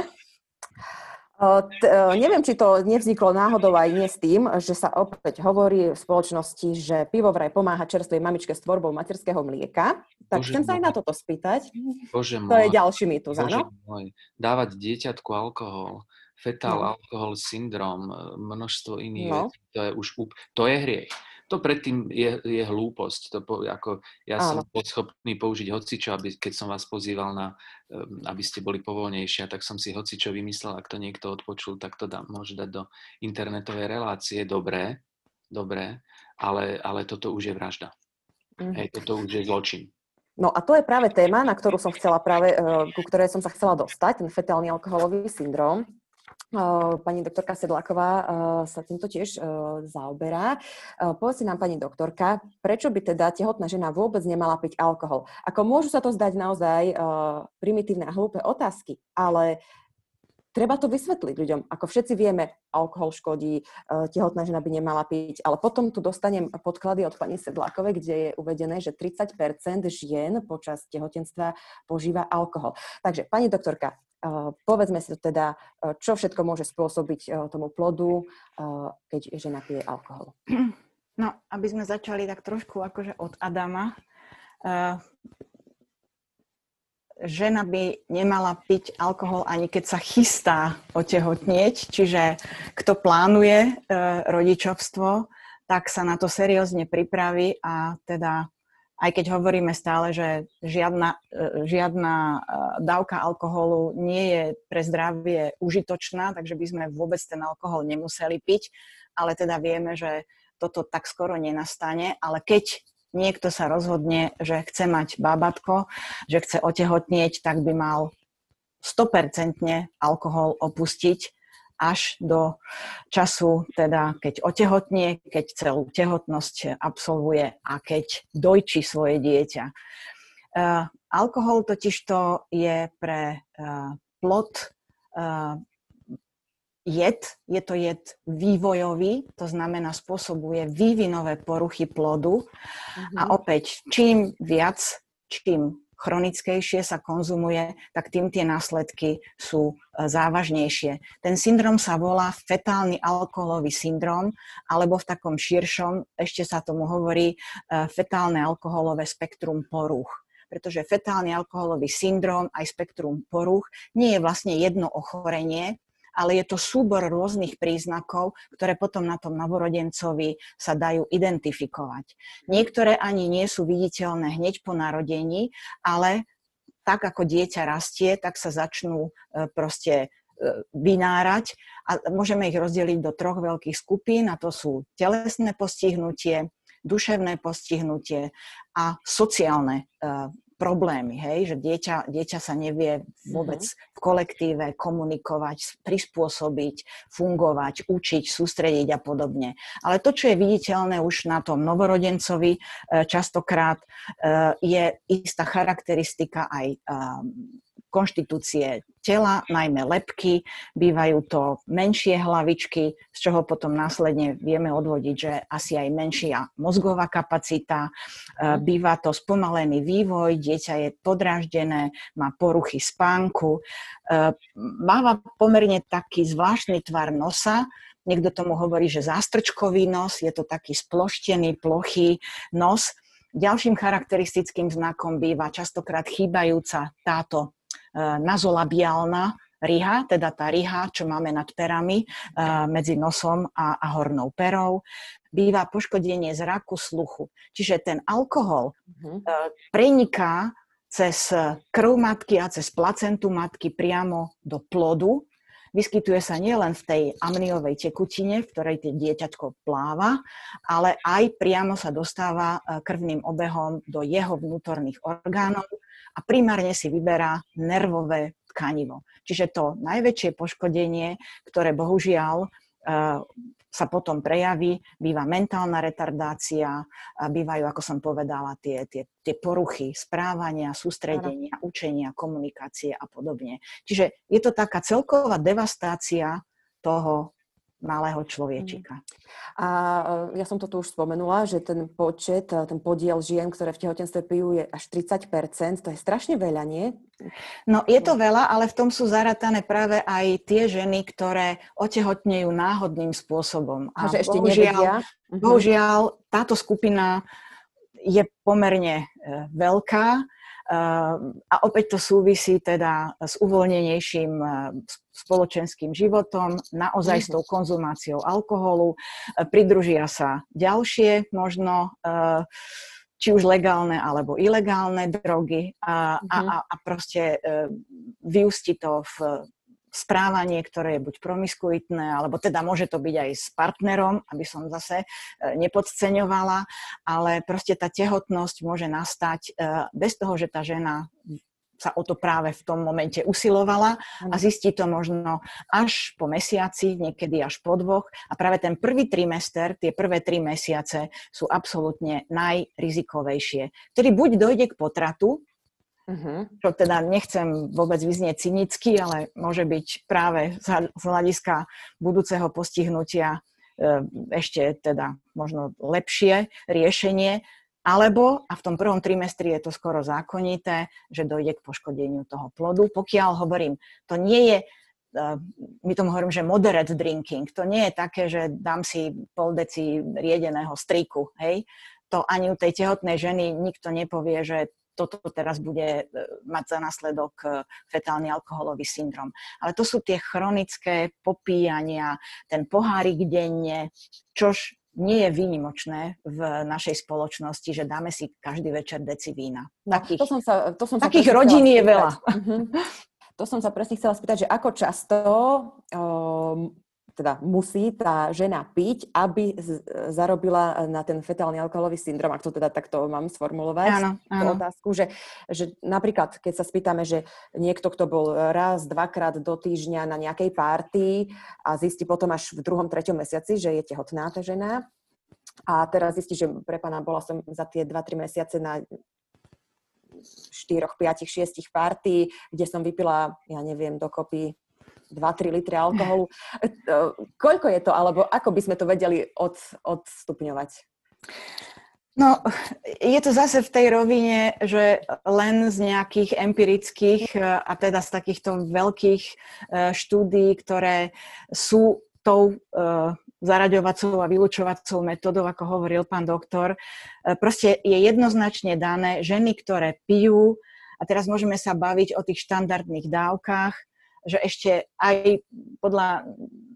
Speaker 1: Neviem, či to nevzniklo náhodou aj nie s tým, že sa opäť hovorí v spoločnosti, že pivo vraj pomáha čerstvej mamičke s tvorbou materského mlieka. Tak chcem sa aj na toto spýtať.
Speaker 3: Bože
Speaker 1: to je ďalší mýtus, áno?
Speaker 3: Dávať dieťatku alkohol, alkohol syndrom, množstvo iných vecí, to je už to je hriech. To predtým je hlúposť. Ja som bol schopný použiť hocičo, keď som vás pozýval aby ste boli povoľnejšia, tak som si hocičo vymyslel, ak to niekto odpočul, tak to môže dať do internetovej relácie. Dobré, ale toto už je vražda. Hej, toto už je zločin.
Speaker 1: No a to je práve téma, na ktorú som chcela ku ktorej som sa chcela dostať, ten fetálny alkoholový syndrom. Pani doktorka Sedláková sa týmto tiež zaoberá. Povedzte nám, pani doktorka, prečo by teda tehotná žena vôbec nemala piť alkohol? Ako môžu sa to zdať naozaj primitívne a hlúpe otázky, ale treba to vysvetliť ľuďom. Ako všetci vieme, alkohol škodí, tehotná žena by nemala piť, ale potom tu dostanem podklady od pani Sedlákovej, kde je uvedené, že 30% žien počas tehotenstva požíva alkohol. Takže, pani doktorka, povedzme si to teda, čo všetko môže spôsobiť tomu plodu, keď žena pije alkohol.
Speaker 2: No, aby sme začali tak trošku akože od Adama. Žena by nemala piť alkohol ani keď sa chystá otehotnieť, čiže kto plánuje rodičovstvo, tak sa na to seriózne pripraví a teda aj keď hovoríme stále, že žiadna dávka alkoholu nie je pre zdravie užitočná, takže by sme vôbec ten alkohol nemuseli piť, ale teda vieme, že toto tak skoro nenastane, ale keď niekto sa rozhodne, že chce mať bábatko, že chce otehotnieť, tak by mal 100% alkohol opustiť až do času, teda keď otehotnie, keď celú tehotnosť absolvuje a keď dojčí svoje dieťa. Alkohol totižto je pre plod jed, je to jed vývojový, to znamená spôsobuje vývinové poruchy plodu a opäť čím viac, čím chronickejšie sa konzumuje, tak tým tie následky sú závažnejšie. Ten syndrom sa volá fetálny alkoholový syndrom, alebo v takom širšom, ešte sa tomu hovorí fetálne alkoholové spektrum porúch. Pretože fetálny alkoholový syndrom aj spektrum porúch nie je vlastne jedno ochorenie, ale je to súbor rôznych príznakov, ktoré potom na tom novorodencovi sa dajú identifikovať. Niektoré ani nie sú viditeľné hneď po narodení, ale tak ako dieťa rastie, tak sa začnú proste vynárať a môžeme ich rozdeliť do 3 veľkých skupín a to sú telesné postihnutie, duševné postihnutie a sociálne problémy, hej, že dieťa sa nevie vôbec v kolektíve komunikovať, prispôsobiť, fungovať, učiť, sústrediť a podobne. Ale to, čo je viditeľné už na tom novorodencovi, častokrát je istá charakteristika aj konštitúcie tela, najmä lebky, bývajú to menšie hlavičky, z čoho potom následne vieme odvodiť, že asi aj menšia mozgová kapacita, býva to spomalený vývoj, dieťa je podráždené, má poruchy spánku, máva pomerne taký zvláštny tvar nosa, niekto tomu hovorí, že zástrčkový nos, je to taký sploštený, plochý nos. Ďalším charakteristickým znakom býva častokrát chýbajúca táto nazolabiálna riha, teda tá riha, čo máme nad perami medzi nosom a hornou perou. Býva poškodenie zraku, sluchu. Čiže ten alkohol preniká cez krv matky a cez placentu matky priamo do plodu. Vyskytuje sa nielen v tej amniovej tekutine, v ktorej dieťatko pláva, ale aj priamo sa dostáva krvným obehom do jeho vnútorných orgánov a primárne si vyberá nervové tkanivo. Čiže to najväčšie poškodenie, ktoré bohužiaľ sa potom prejaví, býva mentálna retardácia, bývajú, ako som povedala, tie poruchy správania, sústredenia, učenia, komunikácie a podobne. Čiže je to taká celková devastácia toho malého človečika.
Speaker 1: A ja som to tu už spomenula, že ten počet, ten podiel žien, ktoré v tehotenstve pijú, je až 30%. To je strašne veľa, nie?
Speaker 2: No, je to veľa, ale v tom sú zaratané práve aj tie ženy, ktoré otehotnejú náhodným spôsobom.
Speaker 1: A že ešte nevedia.
Speaker 2: Bohužiaľ, táto skupina je pomerne veľká. A opäť to súvisí teda s uvoľnenejším spoločenským životom, naozaj s tou konzumáciou alkoholu. Pridružia sa ďalšie, možno či už legálne alebo ilegálne drogy a proste vyústi to v správanie, ktoré je buď promiskuitné, alebo teda môže to byť aj s partnerom, aby som zase nepodceňovala, ale proste tá tehotnosť môže nastať bez toho, že tá žena sa o to práve v tom momente usilovala a zistí to možno až po mesiaci, niekedy až po 2. A práve ten prvý trimester, tie prvé 3 mesiace sú absolútne najrizikovejšie. Ktorý buď dojde k potratu, čo teda nechcem vôbec vyznieť cynicky, ale môže byť práve z hľadiska budúceho postihnutia ešte teda možno lepšie riešenie, alebo, a v tom prvom trimestri je to skoro zákonité, že dojde k poškodeniu toho plodu. Pokiaľ hovorím, to nie je, my tomu hovorím, že moderate drinking, to nie je také, že dám si pol deci riedeného striku, hej. To ani u tej tehotnej ženy nikto nepovie, že toto teraz bude mať za následok fetálny alkoholový syndrom. Ale to sú tie chronické popíjania, ten pohárik denne, čož nie je výnimočné v našej spoločnosti, že dáme si každý večer deci vína. Takých rodín je veľa.
Speaker 1: To som sa presne chcela spýtať, že ako často teda musí tá žena piť, aby zarobila na ten fetálny alkoholový syndrom, ak to teda takto mám sformulovať.
Speaker 2: Áno.
Speaker 1: Otázku, že napríklad, keď sa spýtame, že niekto, kto bol raz, 2-krát do týždňa na nejakej párty a zistí potom až v 2., 3. mesiaci, že je tehotná tá žena a teraz zistí, že pre pána bola som za tie 2-3 mesiace na 4, 5, 6 párty, kde som vypila, ja neviem, dokopy 2-3 litre alkoholu. Koľko je to, alebo ako by sme to vedeli odstupňovať?
Speaker 2: No, je to zase v tej rovine, že len z nejakých empirických a teda z takýchto veľkých štúdií, ktoré sú tou zaraďovacou a vylučovacou metodou, ako hovoril pán doktor, proste je jednoznačne dané, ženy, ktoré pijú, a teraz môžeme sa baviť o tých štandardných dávkach, že ešte aj podľa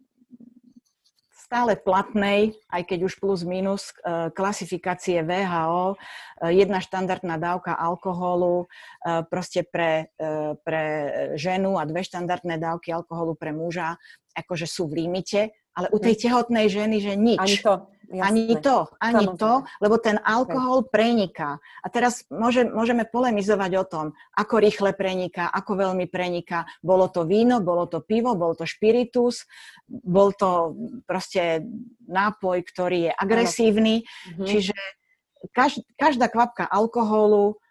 Speaker 2: stále platnej, aj keď už plus minus, klasifikácie VHO, jedna štandardná dávka alkoholu proste pre ženu a 2 štandardné dávky alkoholu pre muža, akože sú v limite, ale u tej tehotnej ženy, že nič. Ani to, lebo ten alkohol preniká. A teraz môžeme polemizovať o tom, ako rýchle preniká, ako veľmi preniká. Bolo to víno, bolo to pivo, bol to špiritus, bol to proste nápoj, ktorý je agresívny. Čiže každá kvapka alkoholu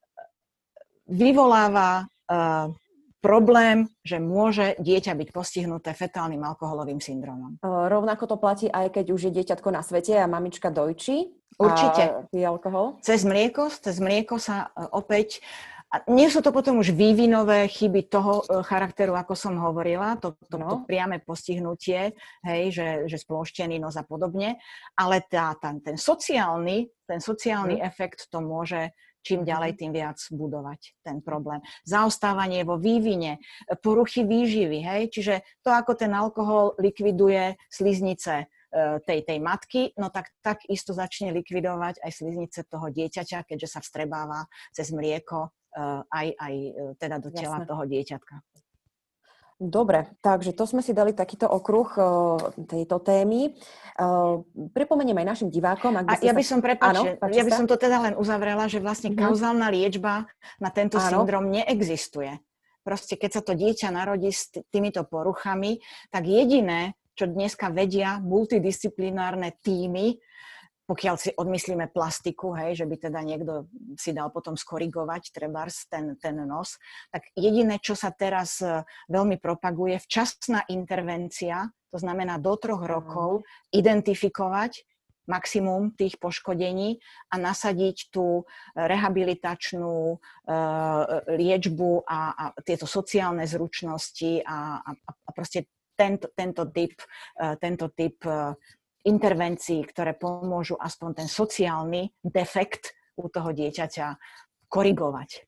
Speaker 2: vyvoláva problém, že môže dieťa byť postihnuté fetálnym alkoholovým syndromom.
Speaker 1: Rovnako to platí aj keď už je dieťatko na svete a mamička dojčí?
Speaker 2: Určite.
Speaker 1: Pije alkohol? Cez
Speaker 2: mlieko sa opäť... A nie sú to potom už vývinové chyby toho charakteru, ako som hovorila, to priame postihnutie, hej, že sploštený nos a podobne, ale ten sociálny efekt to môže čím ďalej, tým viac budovať ten problém. Zaostávanie vo vývine, poruchy výživy, hej? Čiže to, ako ten alkohol likviduje sliznice tej matky, no tak isto začne likvidovať aj sliznice toho dieťaťa, keďže sa vstrebáva cez mlieko aj teda do tela toho dieťatka.
Speaker 1: Dobre, takže to sme si dali takýto okruh tejto témy. Pripomeniem aj našim divákom.
Speaker 2: Ja by som to teda len uzavrela, že vlastne kauzálna liečba na tento syndrom neexistuje. Proste keď sa to dieťa narodí s týmito poruchami, tak jediné, čo dneska vedia multidisciplinárne tímy, pokiaľ si odmyslíme plastiku, hej, že by teda niekto si dal potom skorigovať trebárs ten nos, tak jediné, čo sa teraz veľmi propaguje, včasná intervencia, to znamená do 3 rokov identifikovať maximum tých poškodení a nasadiť tú rehabilitačnú liečbu a tieto sociálne zručnosti a proste tento typ intervencií, ktoré pomôžu aspoň ten sociálny defekt u toho dieťaťa korigovať.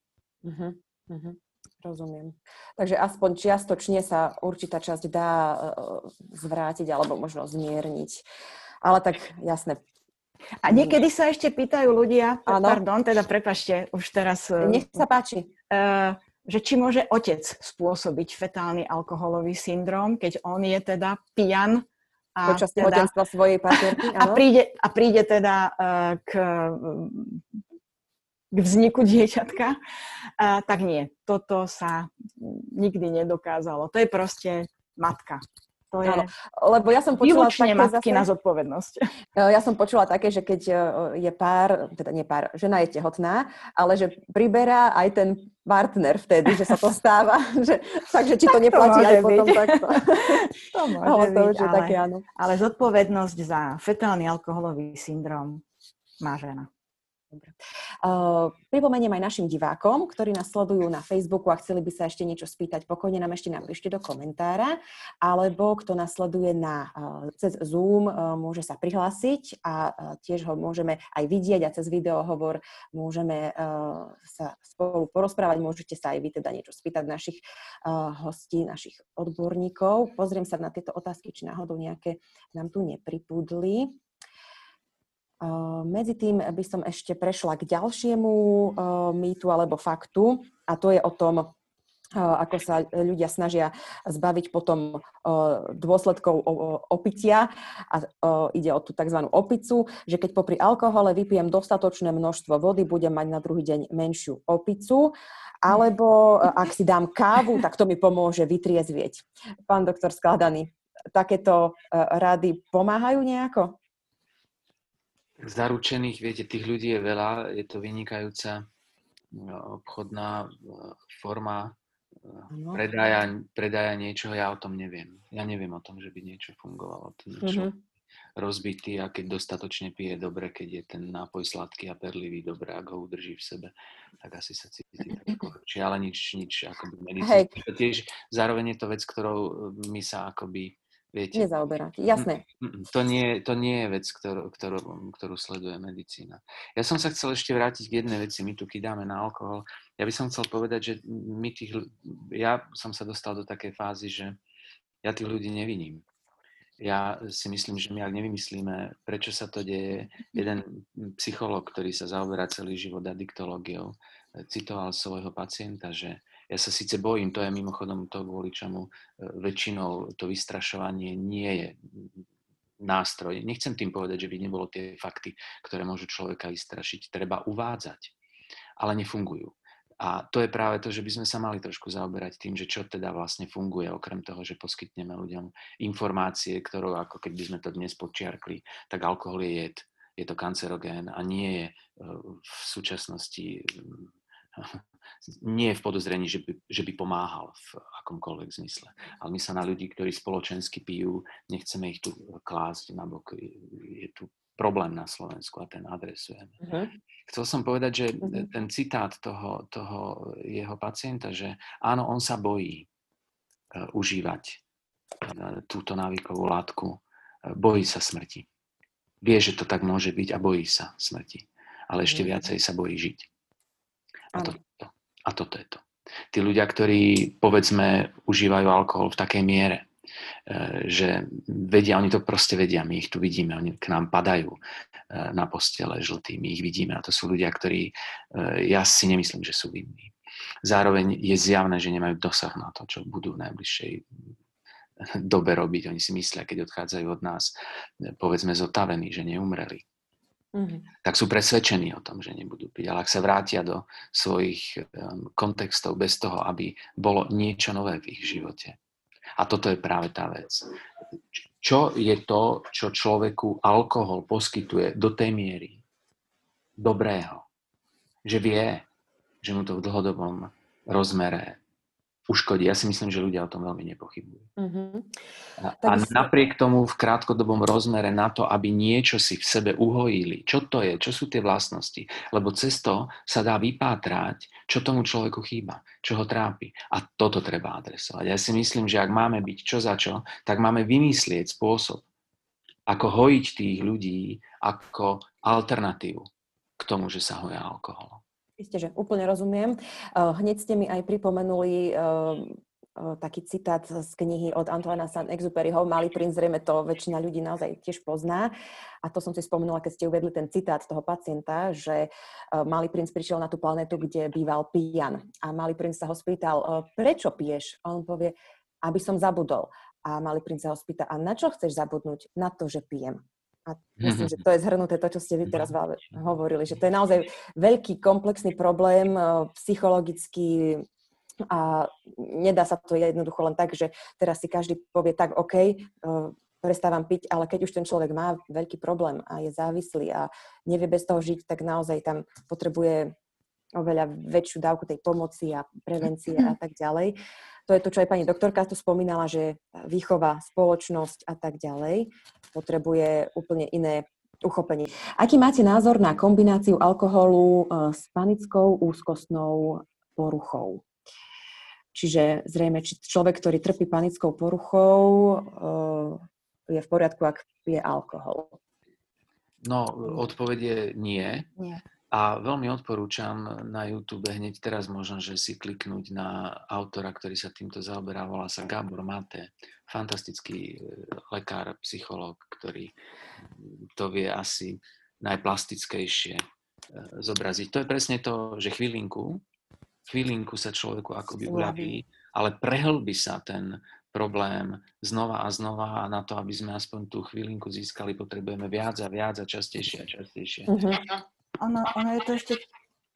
Speaker 1: Rozumiem. Takže aspoň čiastočne sa určitá časť dá zvrátiť alebo možno zmierniť. Ale tak jasné.
Speaker 2: A niekedy sa ešte pýtajú ľudia, prepáčte, už teraz...
Speaker 1: Nech sa páči.
Speaker 2: Že či môže otec spôsobiť fetálny alkoholový syndrom, keď on je teda pijan,
Speaker 1: počas tehotenstva svojej partnerky, áno.
Speaker 2: A príde teda k k vzniku dieťatka, tak nie. Toto sa nikdy nedokázalo. To je proste matka. To je
Speaker 1: áno, lebo ja som počula
Speaker 2: výlučne
Speaker 1: také
Speaker 2: matky
Speaker 1: zase,
Speaker 2: na zodpovednosť.
Speaker 1: Ja som počula také, že keď je pár, teda nie pár, žena je tehotná, ale že priberá aj ten partner vtedy, že sa to stáva. Takže či to neplatí aj potom takto.
Speaker 2: To môže
Speaker 1: to
Speaker 2: byť,
Speaker 1: už je také, áno.
Speaker 2: Ale zodpovednosť za fetálny alkoholový syndrom má žena.
Speaker 1: Dobre. Pripomeniem aj našim divákom, ktorí nás sledujú na Facebooku a chceli by sa ešte niečo spýtať, pokojne nám ešte napíšte do komentára, alebo kto nás sleduje cez Zoom, môže sa prihlásiť a tiež ho môžeme aj vidieť a cez videohovor môžeme sa spolu porozprávať. Môžete sa aj vy teda niečo spýtať našich hostí, našich odborníkov. Pozriem sa na tieto otázky, či náhodou nejaké nám tu nepripudli. Medzi tým by som ešte prešla k ďalšiemu mýtu alebo faktu, a to je o tom, ako sa ľudia snažia zbaviť potom dôsledkov opitia. A ide o tú tzv. Opicu, že keď popri alkohole vypijem dostatočné množstvo vody, budem mať na druhý deň menšiu opicu. Alebo ak si dám kávu, tak to mi pomôže vytriezvieť. Pán doktor Skladaný, takéto rady pomáhajú nejako?
Speaker 3: Zaručených, viete, tých ľudí je veľa, je to vynikajúca obchodná forma predaja niečoho, ja o tom neviem. Ja neviem o tom, že by niečo fungovalo. Rozbitý a keď dostatočne pije dobre, keď je ten nápoj sladký a perlivý dobre, ak ho udrží v sebe, tak asi sa cíti tak lepšie, ale nič akoby medicínske. Tiež zároveň je to vec, ktorou my sa akoby viete,
Speaker 1: nezaoberáte, jasné.
Speaker 3: To nie je vec, ktorú sleduje medicína. Ja som sa chcel ešte vrátiť k jednej veci. My tu kydáme na alkohol. Ja by som chcel povedať, že ja som sa dostal do takej fázy, že ja tých ľudí neviním. Ja si myslím, že my ak nevymyslíme, prečo sa to deje, jeden psychológ, ktorý sa zaoberá celý život adiktológiou, citoval svojho pacienta, že ja sa síce bojím, to je mimochodom to, kvôli čomu väčšinou to vystrašovanie nie je nástroj. Nechcem tým povedať, že by nebolo tie fakty, ktoré môžu človeka vystrašiť. Treba uvádzať, ale nefungujú. A to je práve to, že by sme sa mali trošku zaoberať tým, že čo teda vlastne funguje, okrem toho, že poskytneme ľuďom informácie, ktorou ako keby sme to dnes podčiarkli, tak alkohol je jed, je to kancerogén a nie je v súčasnosti nie je v podozrení, že by pomáhal v akomkoľvek zmysle. Ale my sa na ľudí, ktorí spoločensky pijú, nechceme ich tu klásť nabok. Je tu problém na Slovensku a ten adresujeme. Chcel som povedať, že ten citát toho jeho pacienta, že áno, on sa bojí užívať túto návykovú látku, bojí sa smrti. Vie, že to tak môže byť a bojí sa smrti. Ale ešte viacej sa bojí žiť. A toto je to. Tí ľudia, ktorí, povedzme, užívajú alkohol v takej miere, že vedia, oni to proste vedia, my ich tu vidíme, oni k nám padajú na postele žltý, my ich vidíme a to sú ľudia, ktorí, ja si nemyslím, že sú vinní. Zároveň je zjavné, že nemajú dosah na to, čo budú v najbližšej dobe robiť. Oni si myslia, keď odchádzajú od nás, povedzme, zotavení, že neumreli. Tak sú presvedčení o tom, že nebudú piť. Ale ak sa vrátia do svojich kontextov bez toho, aby bolo niečo nové v ich živote. A toto je práve tá vec. Čo je to, čo človeku alkohol poskytuje do tej miery dobrého? Že vie, že mu to v dlhodobom rozmere uškodí. Ja si myslím, že ľudia o tom veľmi nepochybujú. A napriek tomu v krátkodobom rozmere na to, aby niečo si v sebe uhojili, čo to je, čo sú tie vlastnosti, lebo cez to sa dá vypátrať, čo tomu človeku chýba, čo ho trápi. A toto treba adresovať. Ja si myslím, že ak máme byť čo za čo, tak máme vymyslieť spôsob, ako hojiť tých ľudí ako alternatívu k tomu, že sa hoja alkoholom.
Speaker 1: Isté, že úplne rozumiem. Hneď ste mi aj pripomenuli taký citát z knihy od Antoana Saint-Exupéryho. Malý princ, zrejme to väčšina ľudí naozaj tiež pozná. A to som si spomenula, keď ste uvedli ten citát toho pacienta, že malý princ prišiel na tú planetu, kde býval pijan. A malý princ sa ho spýtal, prečo piješ? A on povie, aby som zabudol. A malý princ sa ho spýta, a na čo chceš zabudnúť? Na to, že pijem. A myslím, že to je zhrnuté to, čo ste vy teraz hovorili, že to je naozaj veľký komplexný problém, psychologický a nedá sa to jednoducho len tak, že teraz si každý povie tak, OK, prestávam piť, ale keď už ten človek má veľký problém a je závislý a nevie bez toho žiť, tak naozaj tam potrebuje oveľa väčšiu dávku tej pomoci a prevencie a tak ďalej. To je to, čo aj pani doktorka tu spomínala, že výchova, spoločnosť a tak ďalej potrebuje úplne iné uchopenie. Aký máte názor na kombináciu alkoholu s panickou úzkostnou poruchou? Čiže zrejme, či človek, ktorý trpí panickou poruchou, je v poriadku, ak pije alkohol?
Speaker 3: No, odpoveď je nie.
Speaker 2: Nie.
Speaker 3: A veľmi odporúčam na YouTube hneď teraz možno, že si kliknúť na autora, ktorý sa týmto zaoberá, volá sa Gábor Maté. Fantastický lekár, psychológ, ktorý to vie asi najplastickejšie zobraziť. To je presne to, že chvílinku sa človeku akoby uľaví, ale prehlbí sa ten problém znova a znova a na to, aby sme aspoň tú chvílinku získali, potrebujeme viac a viac a častejšie a častejšie.
Speaker 2: Ono je to ešte,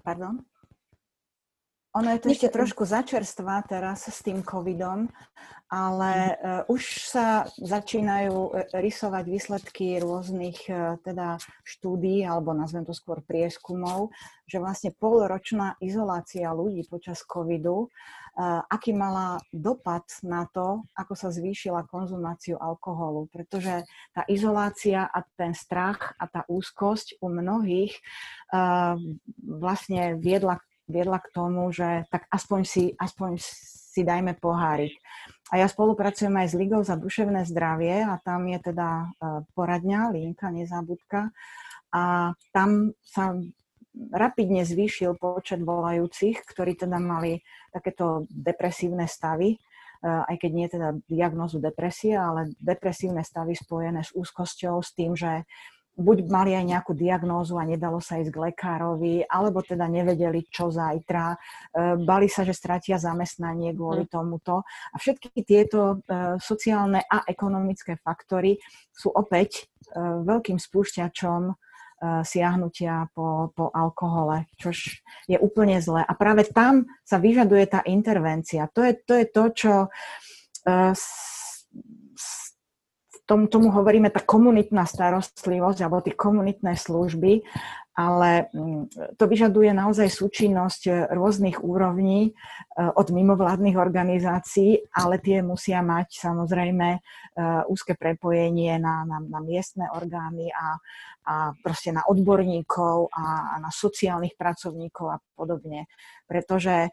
Speaker 2: ono je to ešte trošku začerstvá teraz s tým covidom, ale už sa začínajú rysovať výsledky rôznych teda štúdií, alebo nazvem to skôr prieskumov, že vlastne polročná izolácia ľudí počas covidu, aký mala dopad na to, ako sa zvýšila konzumáciu alkoholu, pretože tá izolácia a ten strach a tá úzkosť u mnohých vlastne viedla k tomu, že tak aspoň si dajme pohárik. A ja spolupracujem aj s Ligou za duševné zdravie a tam je teda poradňa, linka, nezabudka. A tam sa rapidne zvýšil počet volajúcich, ktorí teda mali takéto depresívne stavy, aj keď nie teda diagnózu depresie, ale depresívne stavy spojené s úzkosťou, s tým, že buď mali aj nejakú diagnózu a nedalo sa ísť k lekárovi, alebo teda nevedeli, čo zajtra, bali sa, že stratia zamestnanie kvôli tomuto. A všetky tieto sociálne a ekonomické faktory sú opäť veľkým spúšťačom siahnutia po alkohole, čož je úplne zlé. A práve tam sa vyžaduje tá intervencia. To je to, čo tomu hovoríme tá komunitná starostlivosť alebo tie komunitné služby, ale to vyžaduje naozaj súčinnosť rôznych úrovní od mimovládnych organizácií, ale tie musia mať samozrejme úzke prepojenie na miestne orgány a proste na odborníkov a na sociálnych pracovníkov a podobne. Pretože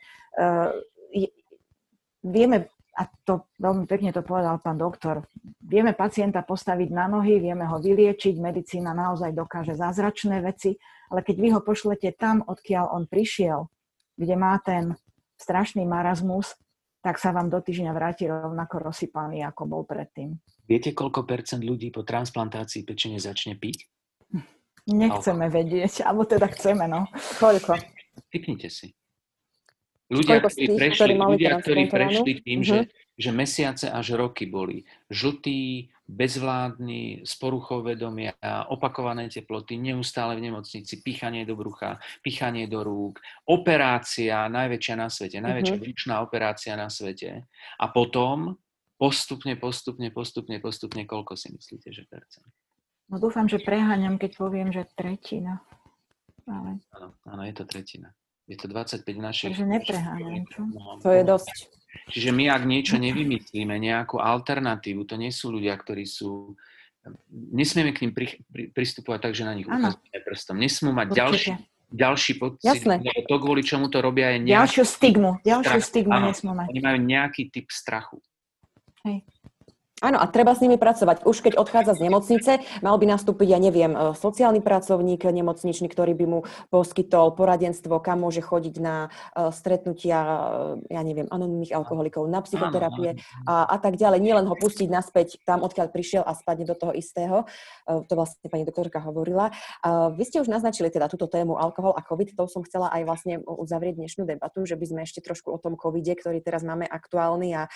Speaker 2: vieme, a to veľmi pekne to povedal pán doktor, vieme pacienta postaviť na nohy, vieme ho vyliečiť, medicína naozaj dokáže zázračné veci, ale keď vy ho pošlete tam, odkiaľ on prišiel, kde má ten strašný marazmus, tak sa vám do týždňa vráti rovnako rozsypaný, ako bol predtým.
Speaker 3: Viete, koľko percent ľudí po transplantácii pečene začne piť?
Speaker 2: Nechceme vedieť, alebo teda chceme, no.
Speaker 1: Koľko?
Speaker 3: Typnite si. Ľudia, ktorí prešli tým, že mesiace až roky boli žltí, bezvládni, s poruchou vedomia, opakované teploty, neustále v nemocnici, píchanie do brucha, píchanie do rúk, operácia najväčšia na svete, najväčšia brušná operácia na svete. A potom postupne, koľko si myslíte, že percent?
Speaker 2: No dúfam, že preháňam, keď poviem, že tretina. Ale...
Speaker 3: Áno, je to tretina. Je to 25 našich...
Speaker 2: Takže nepreháňam, čo?
Speaker 1: To je dosť.
Speaker 3: Čiže my, ak niečo nevymyslíme, nejakú alternatívu, to nie sú ľudia, ktorí sú... Nesmieme k ním pristupovať tak, že na nich ukazujeme prstom. Nesmú mať ďalší pocit. To, kvôli čomu to robia, je nejaký...
Speaker 2: Ďalšiu stigmu nesmú mať.
Speaker 3: Oni majú nejaký typ strachu.
Speaker 2: Hej.
Speaker 1: Áno, a treba s nimi pracovať. Už keď odchádza z nemocnice, mal by nastúpiť, ja neviem, sociálny pracovník nemocničný, ktorý by mu poskytol poradenstvo, kam môže chodiť na stretnutia, ja neviem, anonymných alkoholikov, na psychoterapie a tak ďalej. Nie len ho pustiť naspäť tam, odkiaľ prišiel a spadne do toho istého. To vlastne pani doktorka hovorila. Vy ste už naznačili teda túto tému alkohol a COVID. To som chcela aj vlastne uzavrieť dnešnú debatu, že by sme ešte trošku o tom covide, ktorý teraz máme aktuálny a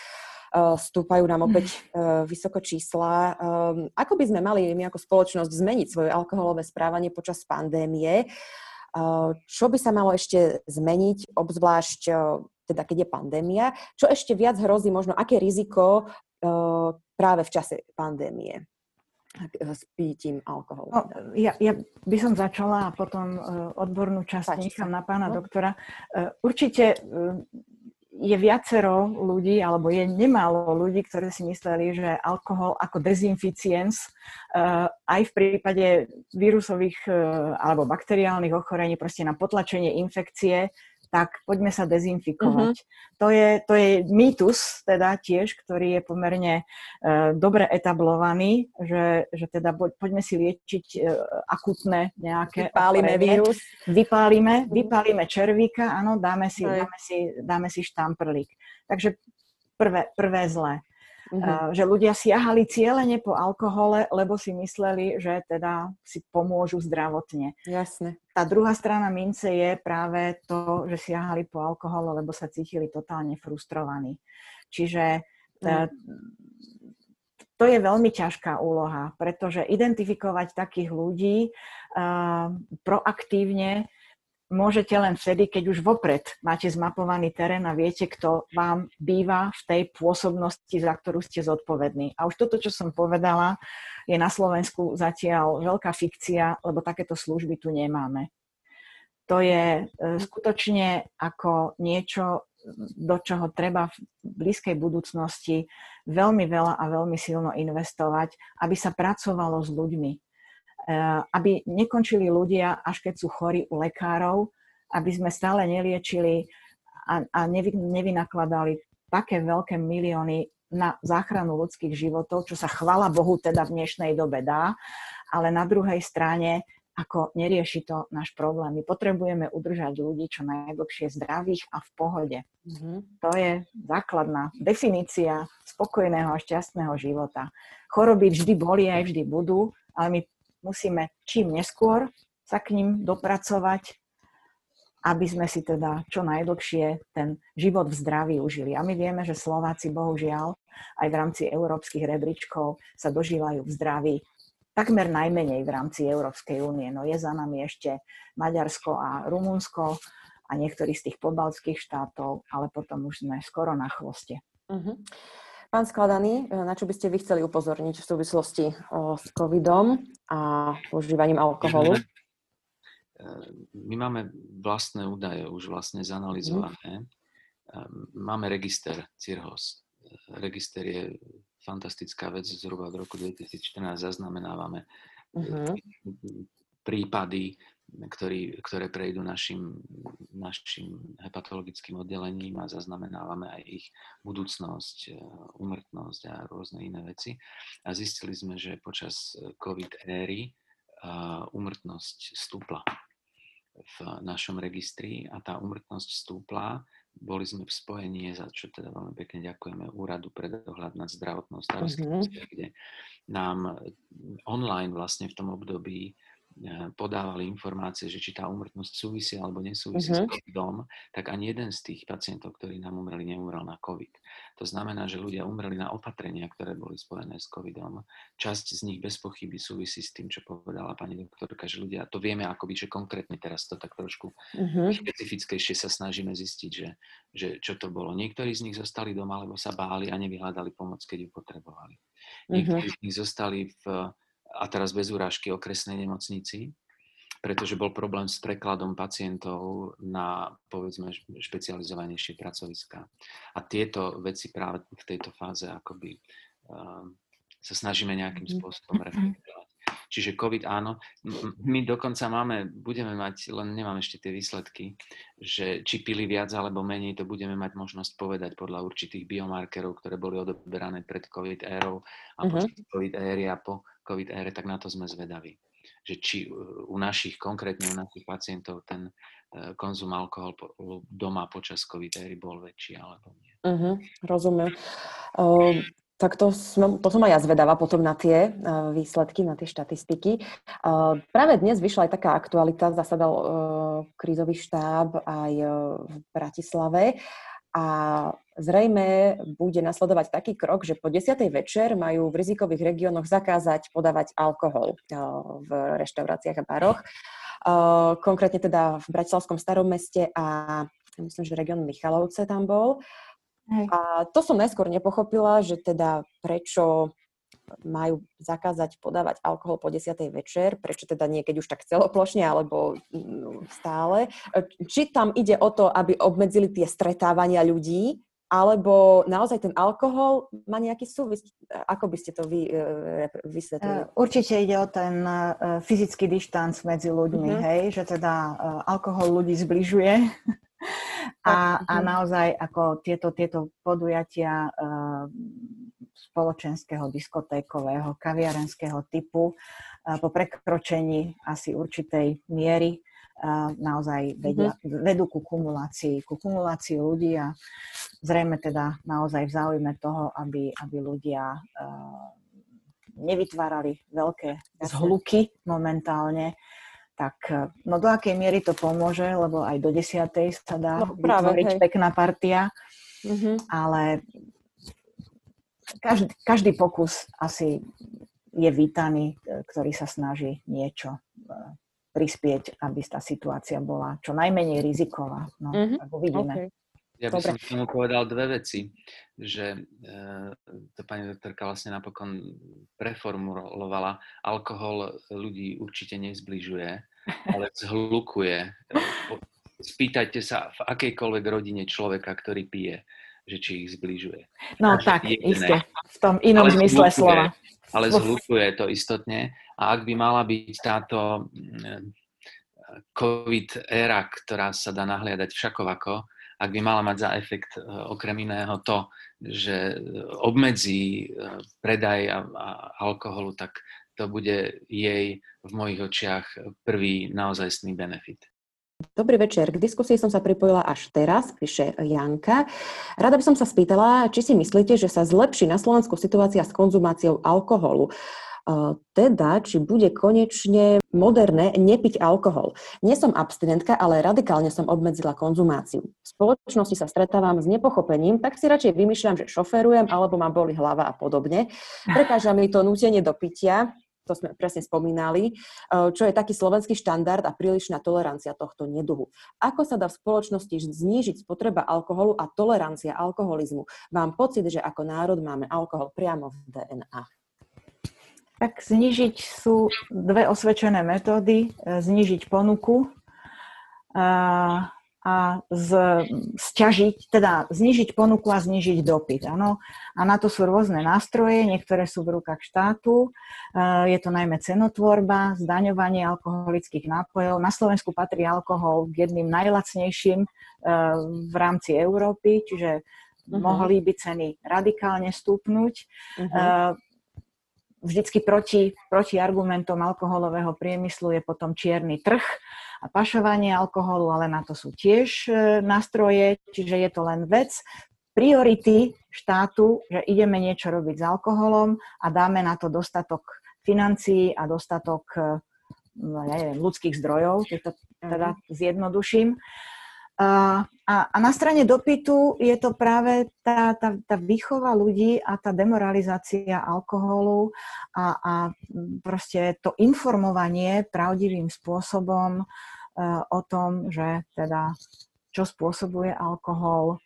Speaker 1: stúpajú nám opäť vysoko čísla. Ako by sme mali my ako spoločnosť zmeniť svoje alkoholové správanie počas pandémie? Čo by sa malo ešte zmeniť, obzvlášť teda keď je pandémia? Čo ešte viac hrozí, možno aké riziko práve v čase pandémie s pitím alkoholu?
Speaker 2: No, ja by som začala a potom odbornú časť nechám na pána doktora. Určite je viacero ľudí, alebo je nemálo ľudí, ktorí si mysleli, že alkohol ako dezinficiens aj v prípade vírusových alebo bakteriálnych ochorení, proste na potlačenie infekcie, tak poďme sa dezinfikovať. To je mýtus, teda tiež, ktorý je pomerne dobre etablovaný, že teda poďme si liečiť akutné nejaké
Speaker 1: vypálime vírus.
Speaker 2: Vypálime červíka, áno, dáme si štamprlík. Takže prvé zlé. Že ľudia siahali cielene po alkohole, lebo si mysleli, že teda si pomôžu zdravotne.
Speaker 1: Jasne.
Speaker 2: Tá druhá strana mince je práve to, že siahali po alkohole, lebo sa cítili totálne frustrovaní. Čiže to je veľmi ťažká úloha, pretože identifikovať takých ľudí proaktívne môžete len vtedy, keď už vopred máte zmapovaný terén a viete, kto vám býva v tej pôsobnosti, za ktorú ste zodpovední. A už toto, čo som povedala, je na Slovensku zatiaľ veľká fikcia, lebo takéto služby tu nemáme. To je skutočne ako niečo, do čoho treba v blízkej budúcnosti veľmi veľa a veľmi silno investovať, aby sa pracovalo s ľuďmi. Aby nekončili ľudia, až keď sú chorí u lekárov, aby sme stále neliečili a nevynakladali také veľké milióny na záchranu ľudských životov, čo sa chvála Bohu teda v dnešnej dobe dá, ale na druhej strane ako nerieši to náš problém. My potrebujeme udržať ľudí čo najdlhšie zdravých a v pohode. To je základná definícia spokojného a šťastného života. Choroby vždy boli aj vždy budú, ale my musíme čím neskôr sa k ním dopracovať, aby sme si teda čo najdlhšie ten život v zdraví užili. A my vieme, že Slováci bohužiaľ aj v rámci európskych rebríčkov sa dožívajú v zdraví takmer najmenej v rámci Európskej únie. No je za nami ešte Maďarsko a Rumunsko a niektorí z tých pobaltských štátov, ale potom už sme skoro na chvoste.
Speaker 1: Pán Skladaný, na čo by ste vy chceli upozorniť v súvislosti s covidom a užívaním alkoholu?
Speaker 3: My máme vlastné údaje už vlastne zanalizované. Máme register CIRHOS. Register je fantastická vec, zhruba od roku 2014 zaznamenávame prípady, ktoré prejdú našim hepatologickým oddelením a zaznamenávame aj ich budúcnosť, úmrtnosť a rôzne iné veci. A zistili sme, že počas COVID éry úmrtnosť stúpla v našom registri a tá úmrtnosť stúpla. Boli sme v spojení, za čo teda veľmi pekne ďakujeme Úradu pre dohľad nad zdravotnou starostlivosťou, kde nám online vlastne v tom období podávali informácie, že či tá úmrtnosť súvisí alebo nesúvisí s covidom, tak ani jeden z tých pacientov, ktorí nám umreli, neumrel na covid. To znamená, že ľudia umreli na opatrenia, ktoré boli spojené s covidom. Časť z nich bez pochyby súvisí s tým, čo povedala pani doktorka, že ľudia, to vieme akoby, že konkrétne teraz to tak trošku špecifickejšie sa snažíme zistiť, že čo to bolo. Niektorí z nich zostali doma, lebo sa báli a nevyhľadali pomoc, keď ju potrebovali. Niektorí z nich zostali a teraz bez urážky, okresnej nemocnici, pretože bol problém s prekladom pacientov na, povedzme, špecializovanejšie pracoviská. A tieto veci práve v tejto fáze akoby sa snažíme nejakým spôsobom reflektovať. Čiže COVID áno, my dokonca budeme mať, len nemám ešte tie výsledky, že či pili viac alebo menej, to budeme mať možnosť povedať podľa určitých biomarkerov, ktoré boli odoberané pred COVID érou a počas COVID éry a po COVID ére, tak na to sme zvedaví. Že či konkrétne u našich pacientov ten konzum alkoholu doma počas COVID éry bol väčší alebo nie.
Speaker 1: Rozumiem. Tak to som aj ja zvedavá potom na tie výsledky, na tie štatistiky. Práve dnes vyšla aj taká aktualita, zasadal krízový štáb aj v Bratislave A zrejme bude nasledovať taký krok, že po 10. večer majú v rizikových regiónoch zakázať podávať alkohol v reštauráciách a baroch. Konkrétne teda v Bratislavskom Starom meste a myslím, že región Michalovce tam bol. Hej. A to som najskôr nepochopila, že teda prečo majú zakázať podávať alkohol po 10. večer, prečo teda nie keď už tak celoplošne, alebo stále. Či tam ide o to, aby obmedzili tie stretávania ľudí, alebo naozaj ten alkohol má nejaký súvis? Ako by ste to vysvetlili?
Speaker 2: Určite ide o ten fyzický dištanc medzi ľuďmi, hej, že teda alkohol ľudí zbližuje. A naozaj ako tieto podujatia spoločenského, diskotékového, kaviarenského typu po prekročení asi určitej miery naozaj vedú ku kumulácii ľudí a zrejme teda naozaj v záujme toho, aby ľudia nevytvárali veľké zhluky momentálne, tak no do akej miery to pomôže, lebo aj do 10. sa dá vytvoriť pekná partia, ale každý pokus asi je vítaný, ktorý sa snaží niečo prispieť, aby tá situácia bola čo najmenej riziková. No, tak uvidíme.
Speaker 3: Okay. Ja by som k tomu povedal dve veci, že to pani doktorka vlastne napokon preformulovala. Alkohol ľudí určite nezbližuje, ale zhlukuje. Spýtajte sa v akejkoľvek rodine človeka, ktorý pije, že či ich zbližuje.
Speaker 2: No tak, isté, v tom inom zmysle slova.
Speaker 3: Ale zhlukuje to istotne. A ak by mala byť táto COVID éra, ktorá sa dá nahliadať všakovako, ak by mala mať za efekt okrem iného to, že obmedzí predaj alkoholu, tak to bude jej v mojich očiach prvý naozajstný benefit.
Speaker 1: Dobrý večer. K diskusii som sa pripojila až teraz, píše Janka. Rada by som sa spýtala, či si myslíte, že sa zlepší na Slovensku situácia s konzumáciou alkoholu. Teda, či bude konečne moderné nepiť alkohol. Nie som abstinentka, ale radikálne som obmedzila konzumáciu. V spoločnosti sa stretávam s nepochopením, tak si radšej vymýšľam, že šoférujem, alebo ma boli hlava a podobne. Prekáža mi to nútenie do pitia, to sme presne spomínali, čo je taký slovenský štandard a prílišná tolerancia tohto neduhu. Ako sa dá v spoločnosti znížiť spotreba alkoholu a tolerancia alkoholizmu? Mám pocit, že ako národ máme alkohol priamo v DNA.
Speaker 2: Tak znížiť sú dve osvedčené metódy. Znížiť ponuku a sťažiť, teda znížiť ponuku a znížiť dopyt. Áno. A na to sú rôzne nástroje, niektoré sú v rukách štátu. Je to najmä cenotvorba, zdaňovanie alkoholických nápojov. Na Slovensku patrí alkohol k jedným najlacnejším v rámci Európy, čiže mohli by ceny radikálne stúpnuť. Vždycky proti argumentom alkoholového priemyslu je potom čierny trh a pašovanie alkoholu, ale na to sú tiež nástroje, čiže je to len vec priority štátu, že ideme niečo robiť s alkoholom a dáme na to dostatok financií a dostatok ľudských zdrojov, keď to teda zjednoduším. A na strane dopytu je to práve tá výchova ľudí a tá demoralizácia alkoholu a proste to informovanie pravdivým spôsobom o tom, že teda čo spôsobuje alkohol.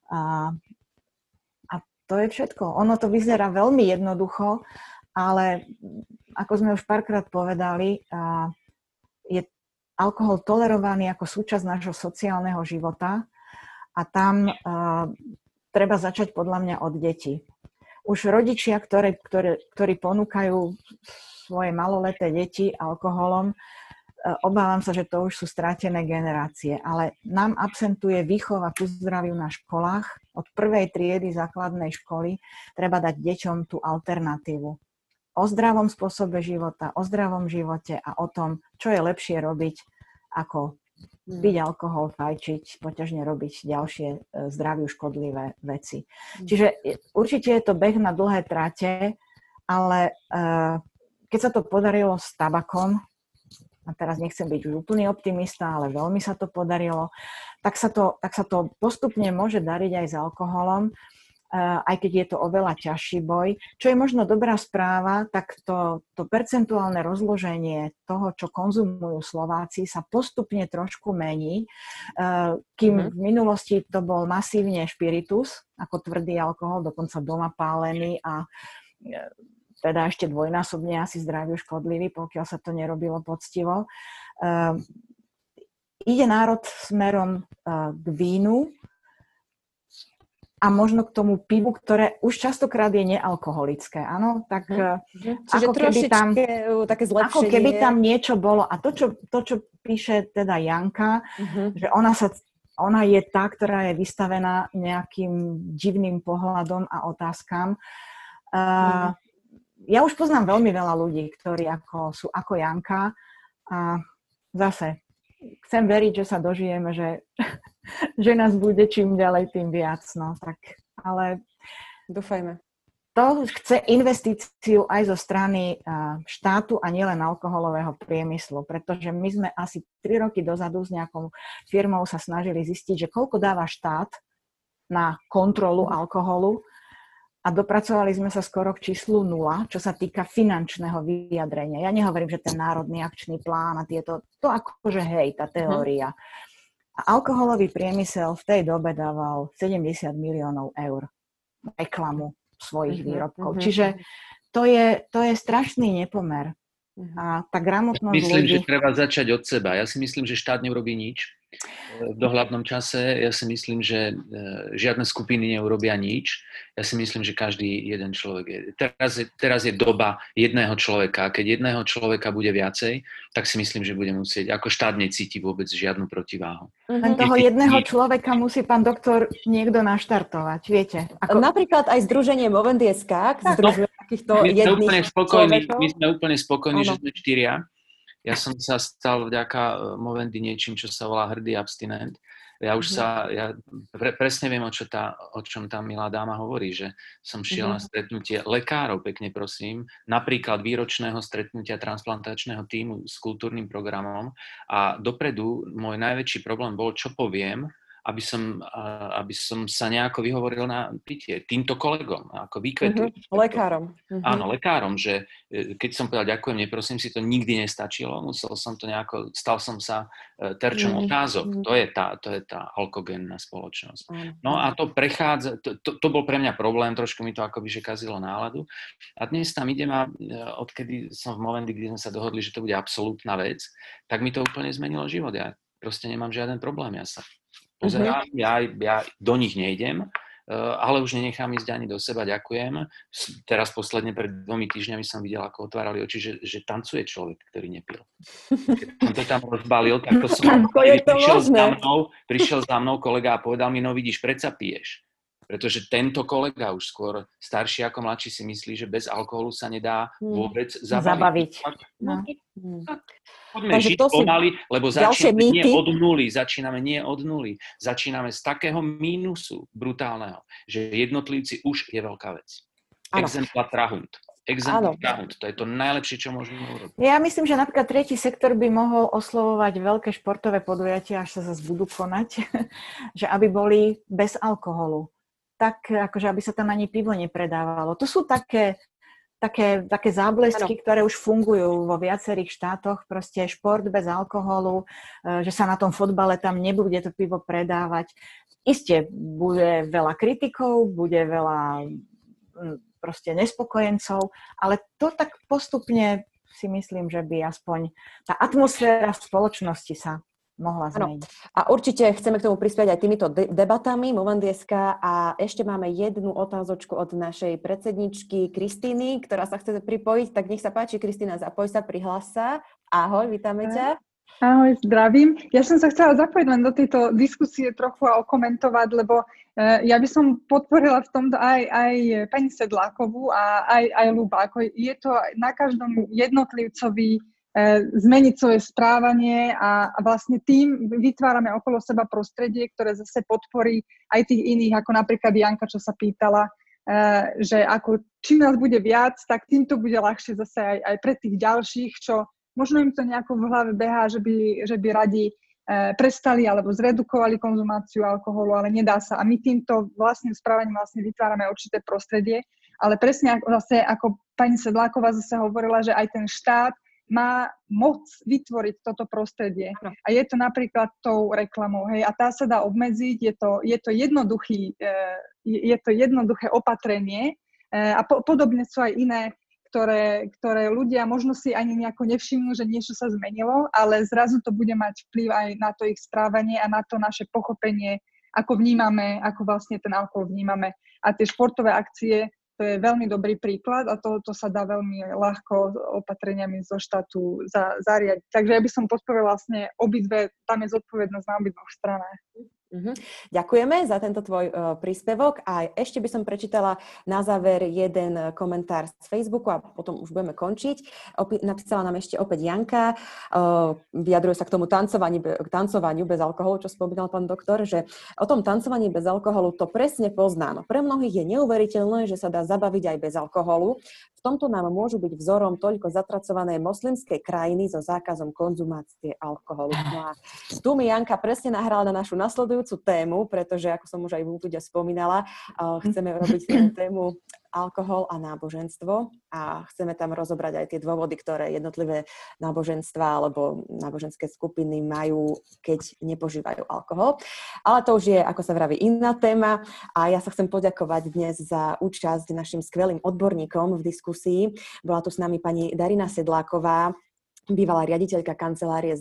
Speaker 2: A to je všetko. Ono to vyzerá veľmi jednoducho, ale ako sme už párkrát povedali, je alkohol tolerovaný ako súčasť nášho sociálneho života a tam treba začať podľa mňa od detí. Už rodičia, ktorí ponúkajú svoje maloleté deti alkoholom, obávam sa, že to už sú stratené generácie, ale nám absentuje výchova ku zdraviu na školách. Od prvej triedy základnej školy treba dať deťom tú alternatívu. O zdravom spôsobe života, o zdravom živote a o tom, čo je lepšie robiť, ako piť alkohol, fajčiť, poťažne robiť ďalšie zdraviu škodlivé veci. Čiže určite je to beh na dlhé trate, ale keď sa to podarilo s tabakom, a teraz nechcem byť už úplný optimista, ale veľmi sa to podarilo, tak sa to postupne môže dariť aj s alkoholom, aj keď je to oveľa ťažší boj. Čo je možno dobrá správa, tak to percentuálne rozloženie toho, čo konzumujú Slováci, sa postupne trošku mení. Kým v minulosti to bol masívne špiritus, ako tvrdý alkohol, dokonca doma pálený a teda ešte dvojnásobne asi zdraviu škodlivý, pokiaľ sa to nerobilo poctivo. Ide národ smerom k vínu, a možno k tomu pivu, ktoré už častokrát je nealkoholické, áno? Tak
Speaker 1: Čiže také zlepšenie.
Speaker 2: Ako keby tam niečo bolo. A to, čo píše teda Janka, že ona je tá, ktorá je vystavená nejakým divným pohľadom a otázkam. Ja už poznám veľmi veľa ľudí, ktorí sú ako Janka. A zase chcem veriť, že sa dožijeme, že nás bude čím ďalej, tým viac. No, tak, ale
Speaker 1: dúfajme.
Speaker 2: To chce investíciu aj zo strany štátu a nielen alkoholového priemyslu, pretože my sme asi 3 roky dozadu s nejakou firmou sa snažili zistiť, že koľko dáva štát na kontrolu alkoholu a dopracovali sme sa skoro k číslu 0, čo sa týka finančného vyjadrenia. Ja nehovorím, že ten národný akčný plán a to akože hej, tá teória. A alkoholový priemysel v tej dobe dával 70 miliónov eur reklamu svojich výrobkov. Čiže to je strašný nepomer. A tá gramotnosť
Speaker 3: Myslím,
Speaker 2: ľudí...
Speaker 3: že treba začať od seba. Ja si myslím, že štát neurobí nič v dohľadnom čase. Ja si myslím, že žiadne skupiny neurobia nič. Ja si myslím, že každý jeden človek je... Teraz je doba jedného človeka. Keď jedného človeka bude viacej, tak si myslím, že bude musieť... Ako štát necíti vôbec žiadnu protiváhu.
Speaker 2: Len toho jedného človeka musí, pán doktor, niekto naštartovať, viete?
Speaker 1: Napríklad aj združenie Movendi.sk združuje takýchto jedných človekov.
Speaker 3: My sme úplne spokojní, že sme 4. Ja som sa stal vďaka Movendi niečím, čo sa volá hrdý abstinent. Ja presne viem, o čom tá milá dáma hovorí, že som šiel na stretnutie lekárov, pekne prosím, napríklad výročného stretnutia transplantačného tímu s kultúrnym programom a dopredu môj najväčší problém bol, čo poviem, aby som sa nejako vyhovoril na pitie týmto kolegom, ako výkvetu.
Speaker 1: Lekárom.
Speaker 3: Áno, lekárom, že keď som povedal ďakujem, neprosím, si to nikdy nestačilo, musel som to nejako, stal som sa terčom otázok. To je tá alkogénna spoločnosť. No a to prechádza, to bol pre mňa problém, trošku mi to akoby že kazilo náladu. A dnes tam idem a odkedy som v Movendi, kde sme sa dohodli, že to bude absolútna vec, tak mi to úplne zmenilo život. Ja proste nemám žiaden problém, ja sa pozerám, ja do nich nejdem, ale už nenechám ísť ani do seba, ďakujem. Teraz posledne pred 2 týždňami som videl, ako otvárali oči, že tancuje človek, ktorý nepil. Keď som to tam rozbalil, tak to som prišiel za mnou kolega a povedal mi, no vidíš, predsa piješ. Pretože tento kolega už skôr starší ako mladší si myslí, že bez alkoholu sa nedá vôbec zabaviť. No. Poďme žiť pomaly, lebo začíname nie od nuly. Začíname z takého mínusu brutálneho, že jednotlivci už je veľká vec. Exempla trahund. To je to najlepšie, čo môžeme urobiť.
Speaker 2: Ja myslím, že napríklad tretí sektor by mohol oslovovať veľké športové podujatia, až sa zase budú konať, že aby boli bez alkoholu. Tak, akože aby sa tam ani pivo nepredávalo. To sú také záblesky, ktoré už fungujú vo viacerých štátoch, proste šport bez alkoholu, že sa na tom fotbale tam nebude to pivo predávať. Isté, bude veľa kritikov, bude veľa proste nespokojencov, ale to tak postupne si myslím, že by aspoň tá atmosféra v spoločnosti sa mohla zmeniť.
Speaker 1: A určite chceme k tomu prispieť aj týmito debatami Movendi.sk a ešte máme jednu otázočku od našej predsedničky Kristíny, ktorá sa chce pripojiť, tak nech sa páči, Kristína, zapoj sa, prihlás sa. Ahoj, vítame ťa.
Speaker 4: Ahoj, zdravím. Ja som sa chcela zapojiť len do tejto diskusie trochu a okomentovať, lebo ja by som podporila v tomto aj pani Sedlákovú a aj Ľuba. Je to na každom jednotlivcovi zmeniť svoje správanie a vlastne tým vytvárame okolo seba prostredie, ktoré zase podporí aj tých iných, ako napríklad Janka, čo sa pýtala, že ako čím nás bude viac, tak tým to bude ľahšie zase aj pre tých ďalších, čo možno im to nejako v hlave behá, že by radi prestali alebo zredukovali konzumáciu alkoholu, ale nedá sa. A my týmto vlastným správaním vytvárame určité prostredie, ale presne ako pani Sedláková zase hovorila, že aj ten štát má moc vytvoriť toto prostredie. A je to napríklad tou reklamou, hej, a tá sa dá obmedziť, je to jednoduché opatrenie a podobne sú aj iné, ktoré ľudia možno si ani nejako nevšimnú, že niečo sa zmenilo, ale zrazu to bude mať vplyv aj na to ich správanie a na to naše pochopenie, ako vnímame, ako vlastne ten alkohol vnímame. A tie športové akcie, to je veľmi dobrý príklad a to sa dá veľmi ľahko opatreniami zo štátu zariadiť. Takže ja by som podporila vlastne obidve, tam je zodpovednosť na obidvoch stranách.
Speaker 1: Ďakujeme za tento tvoj príspevok a ešte by som prečítala na záver jeden komentár z Facebooku a potom už budeme končiť. Napísala nám ešte opäť Janka, vyjadruje sa k tomu tancovaniu bez alkoholu, čo spomínal pán doktor, že o tom tancovaní bez alkoholu to presne poznám. Pre mnohých je neuveriteľné, že sa dá zabaviť aj bez alkoholu. V tomto nám môžu byť vzorom toľko zatracované moslimské krajiny so zákazom konzumácie alkoholu. No a tu mi Janka presne nahrala na našu nasledujúcu tému, pretože, ako som už aj v úvode spomínala, chceme robiť tému alkohol a náboženstvo a chceme tam rozobrať aj tie dôvody, ktoré jednotlivé náboženstva alebo náboženské skupiny majú, keď nepožívajú alkohol. Ale to už je, ako sa vraví, iná téma a ja sa chcem poďakovať dnes za účasť našim skvelým odborníkom v diskusii. Bola tu s nami pani Darina Sedláková, bývalá riaditeľka kancelárie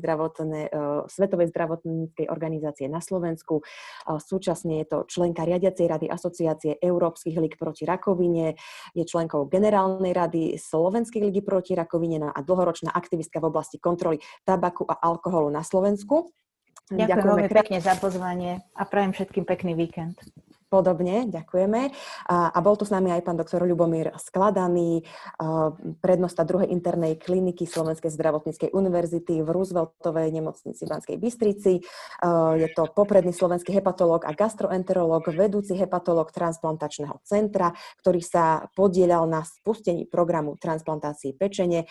Speaker 1: Svetovej zdravotníckej organizácie na Slovensku. Súčasne je to členka riadiacej rady Asociácie Európskych líg proti rakovine, je členkou Generálnej rady Slovenskej ligy proti rakovine a dlhoročná aktivistka v oblasti kontroly tabaku a alkoholu na Slovensku.
Speaker 2: Ďakujem veľmi pekne za pozvanie a prajem všetkým pekný víkend.
Speaker 1: Podobne, ďakujeme. A bol tu s nami aj pán doktor Ľubomír Skladaný, prednosta 2. internej kliniky Slovenskej zdravotníckej univerzity v Rooseveltovej nemocnici v Banskej Bystrici. Je to popredný slovenský hepatológ a gastroenterológ, vedúci hepatológ transplantačného centra, ktorý sa podieľal na spustení programu transplantácií pečene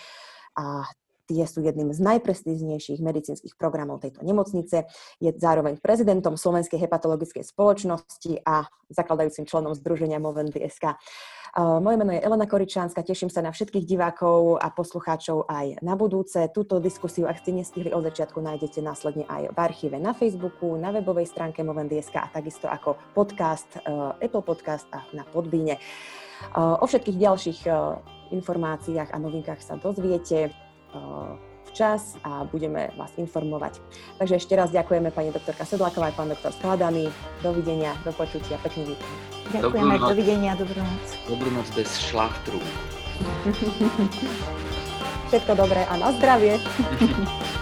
Speaker 1: a tie sú jedným z najprestížnejších medicínskych programov tejto nemocnice. Je zároveň prezidentom Slovenskej hepatologickej spoločnosti a zakladajúcim členom združenia Movendy.sk. Moje meno je Elena Koričánska, teším sa na všetkých divákov a poslucháčov aj na budúce. Túto diskusiu, ak ste nestihli od začiatku, nájdete následne aj v archíve na Facebooku, na webovej stránke Movendy.sk a takisto ako podcast, Apple Podcast a na Podbeane. O všetkých ďalších informáciách a novinkách sa dozviete včas a budeme vás informovať. Takže ešte raz ďakujeme pani doktorka Sedláková a pán doktor Skladaný. Dovidenia, do počutia, pekný víkend.
Speaker 2: Ďakujeme, dovidenia, dobrú noc.
Speaker 3: Dobrú noc bez šlachtru.
Speaker 1: Všetko dobré a na zdravie.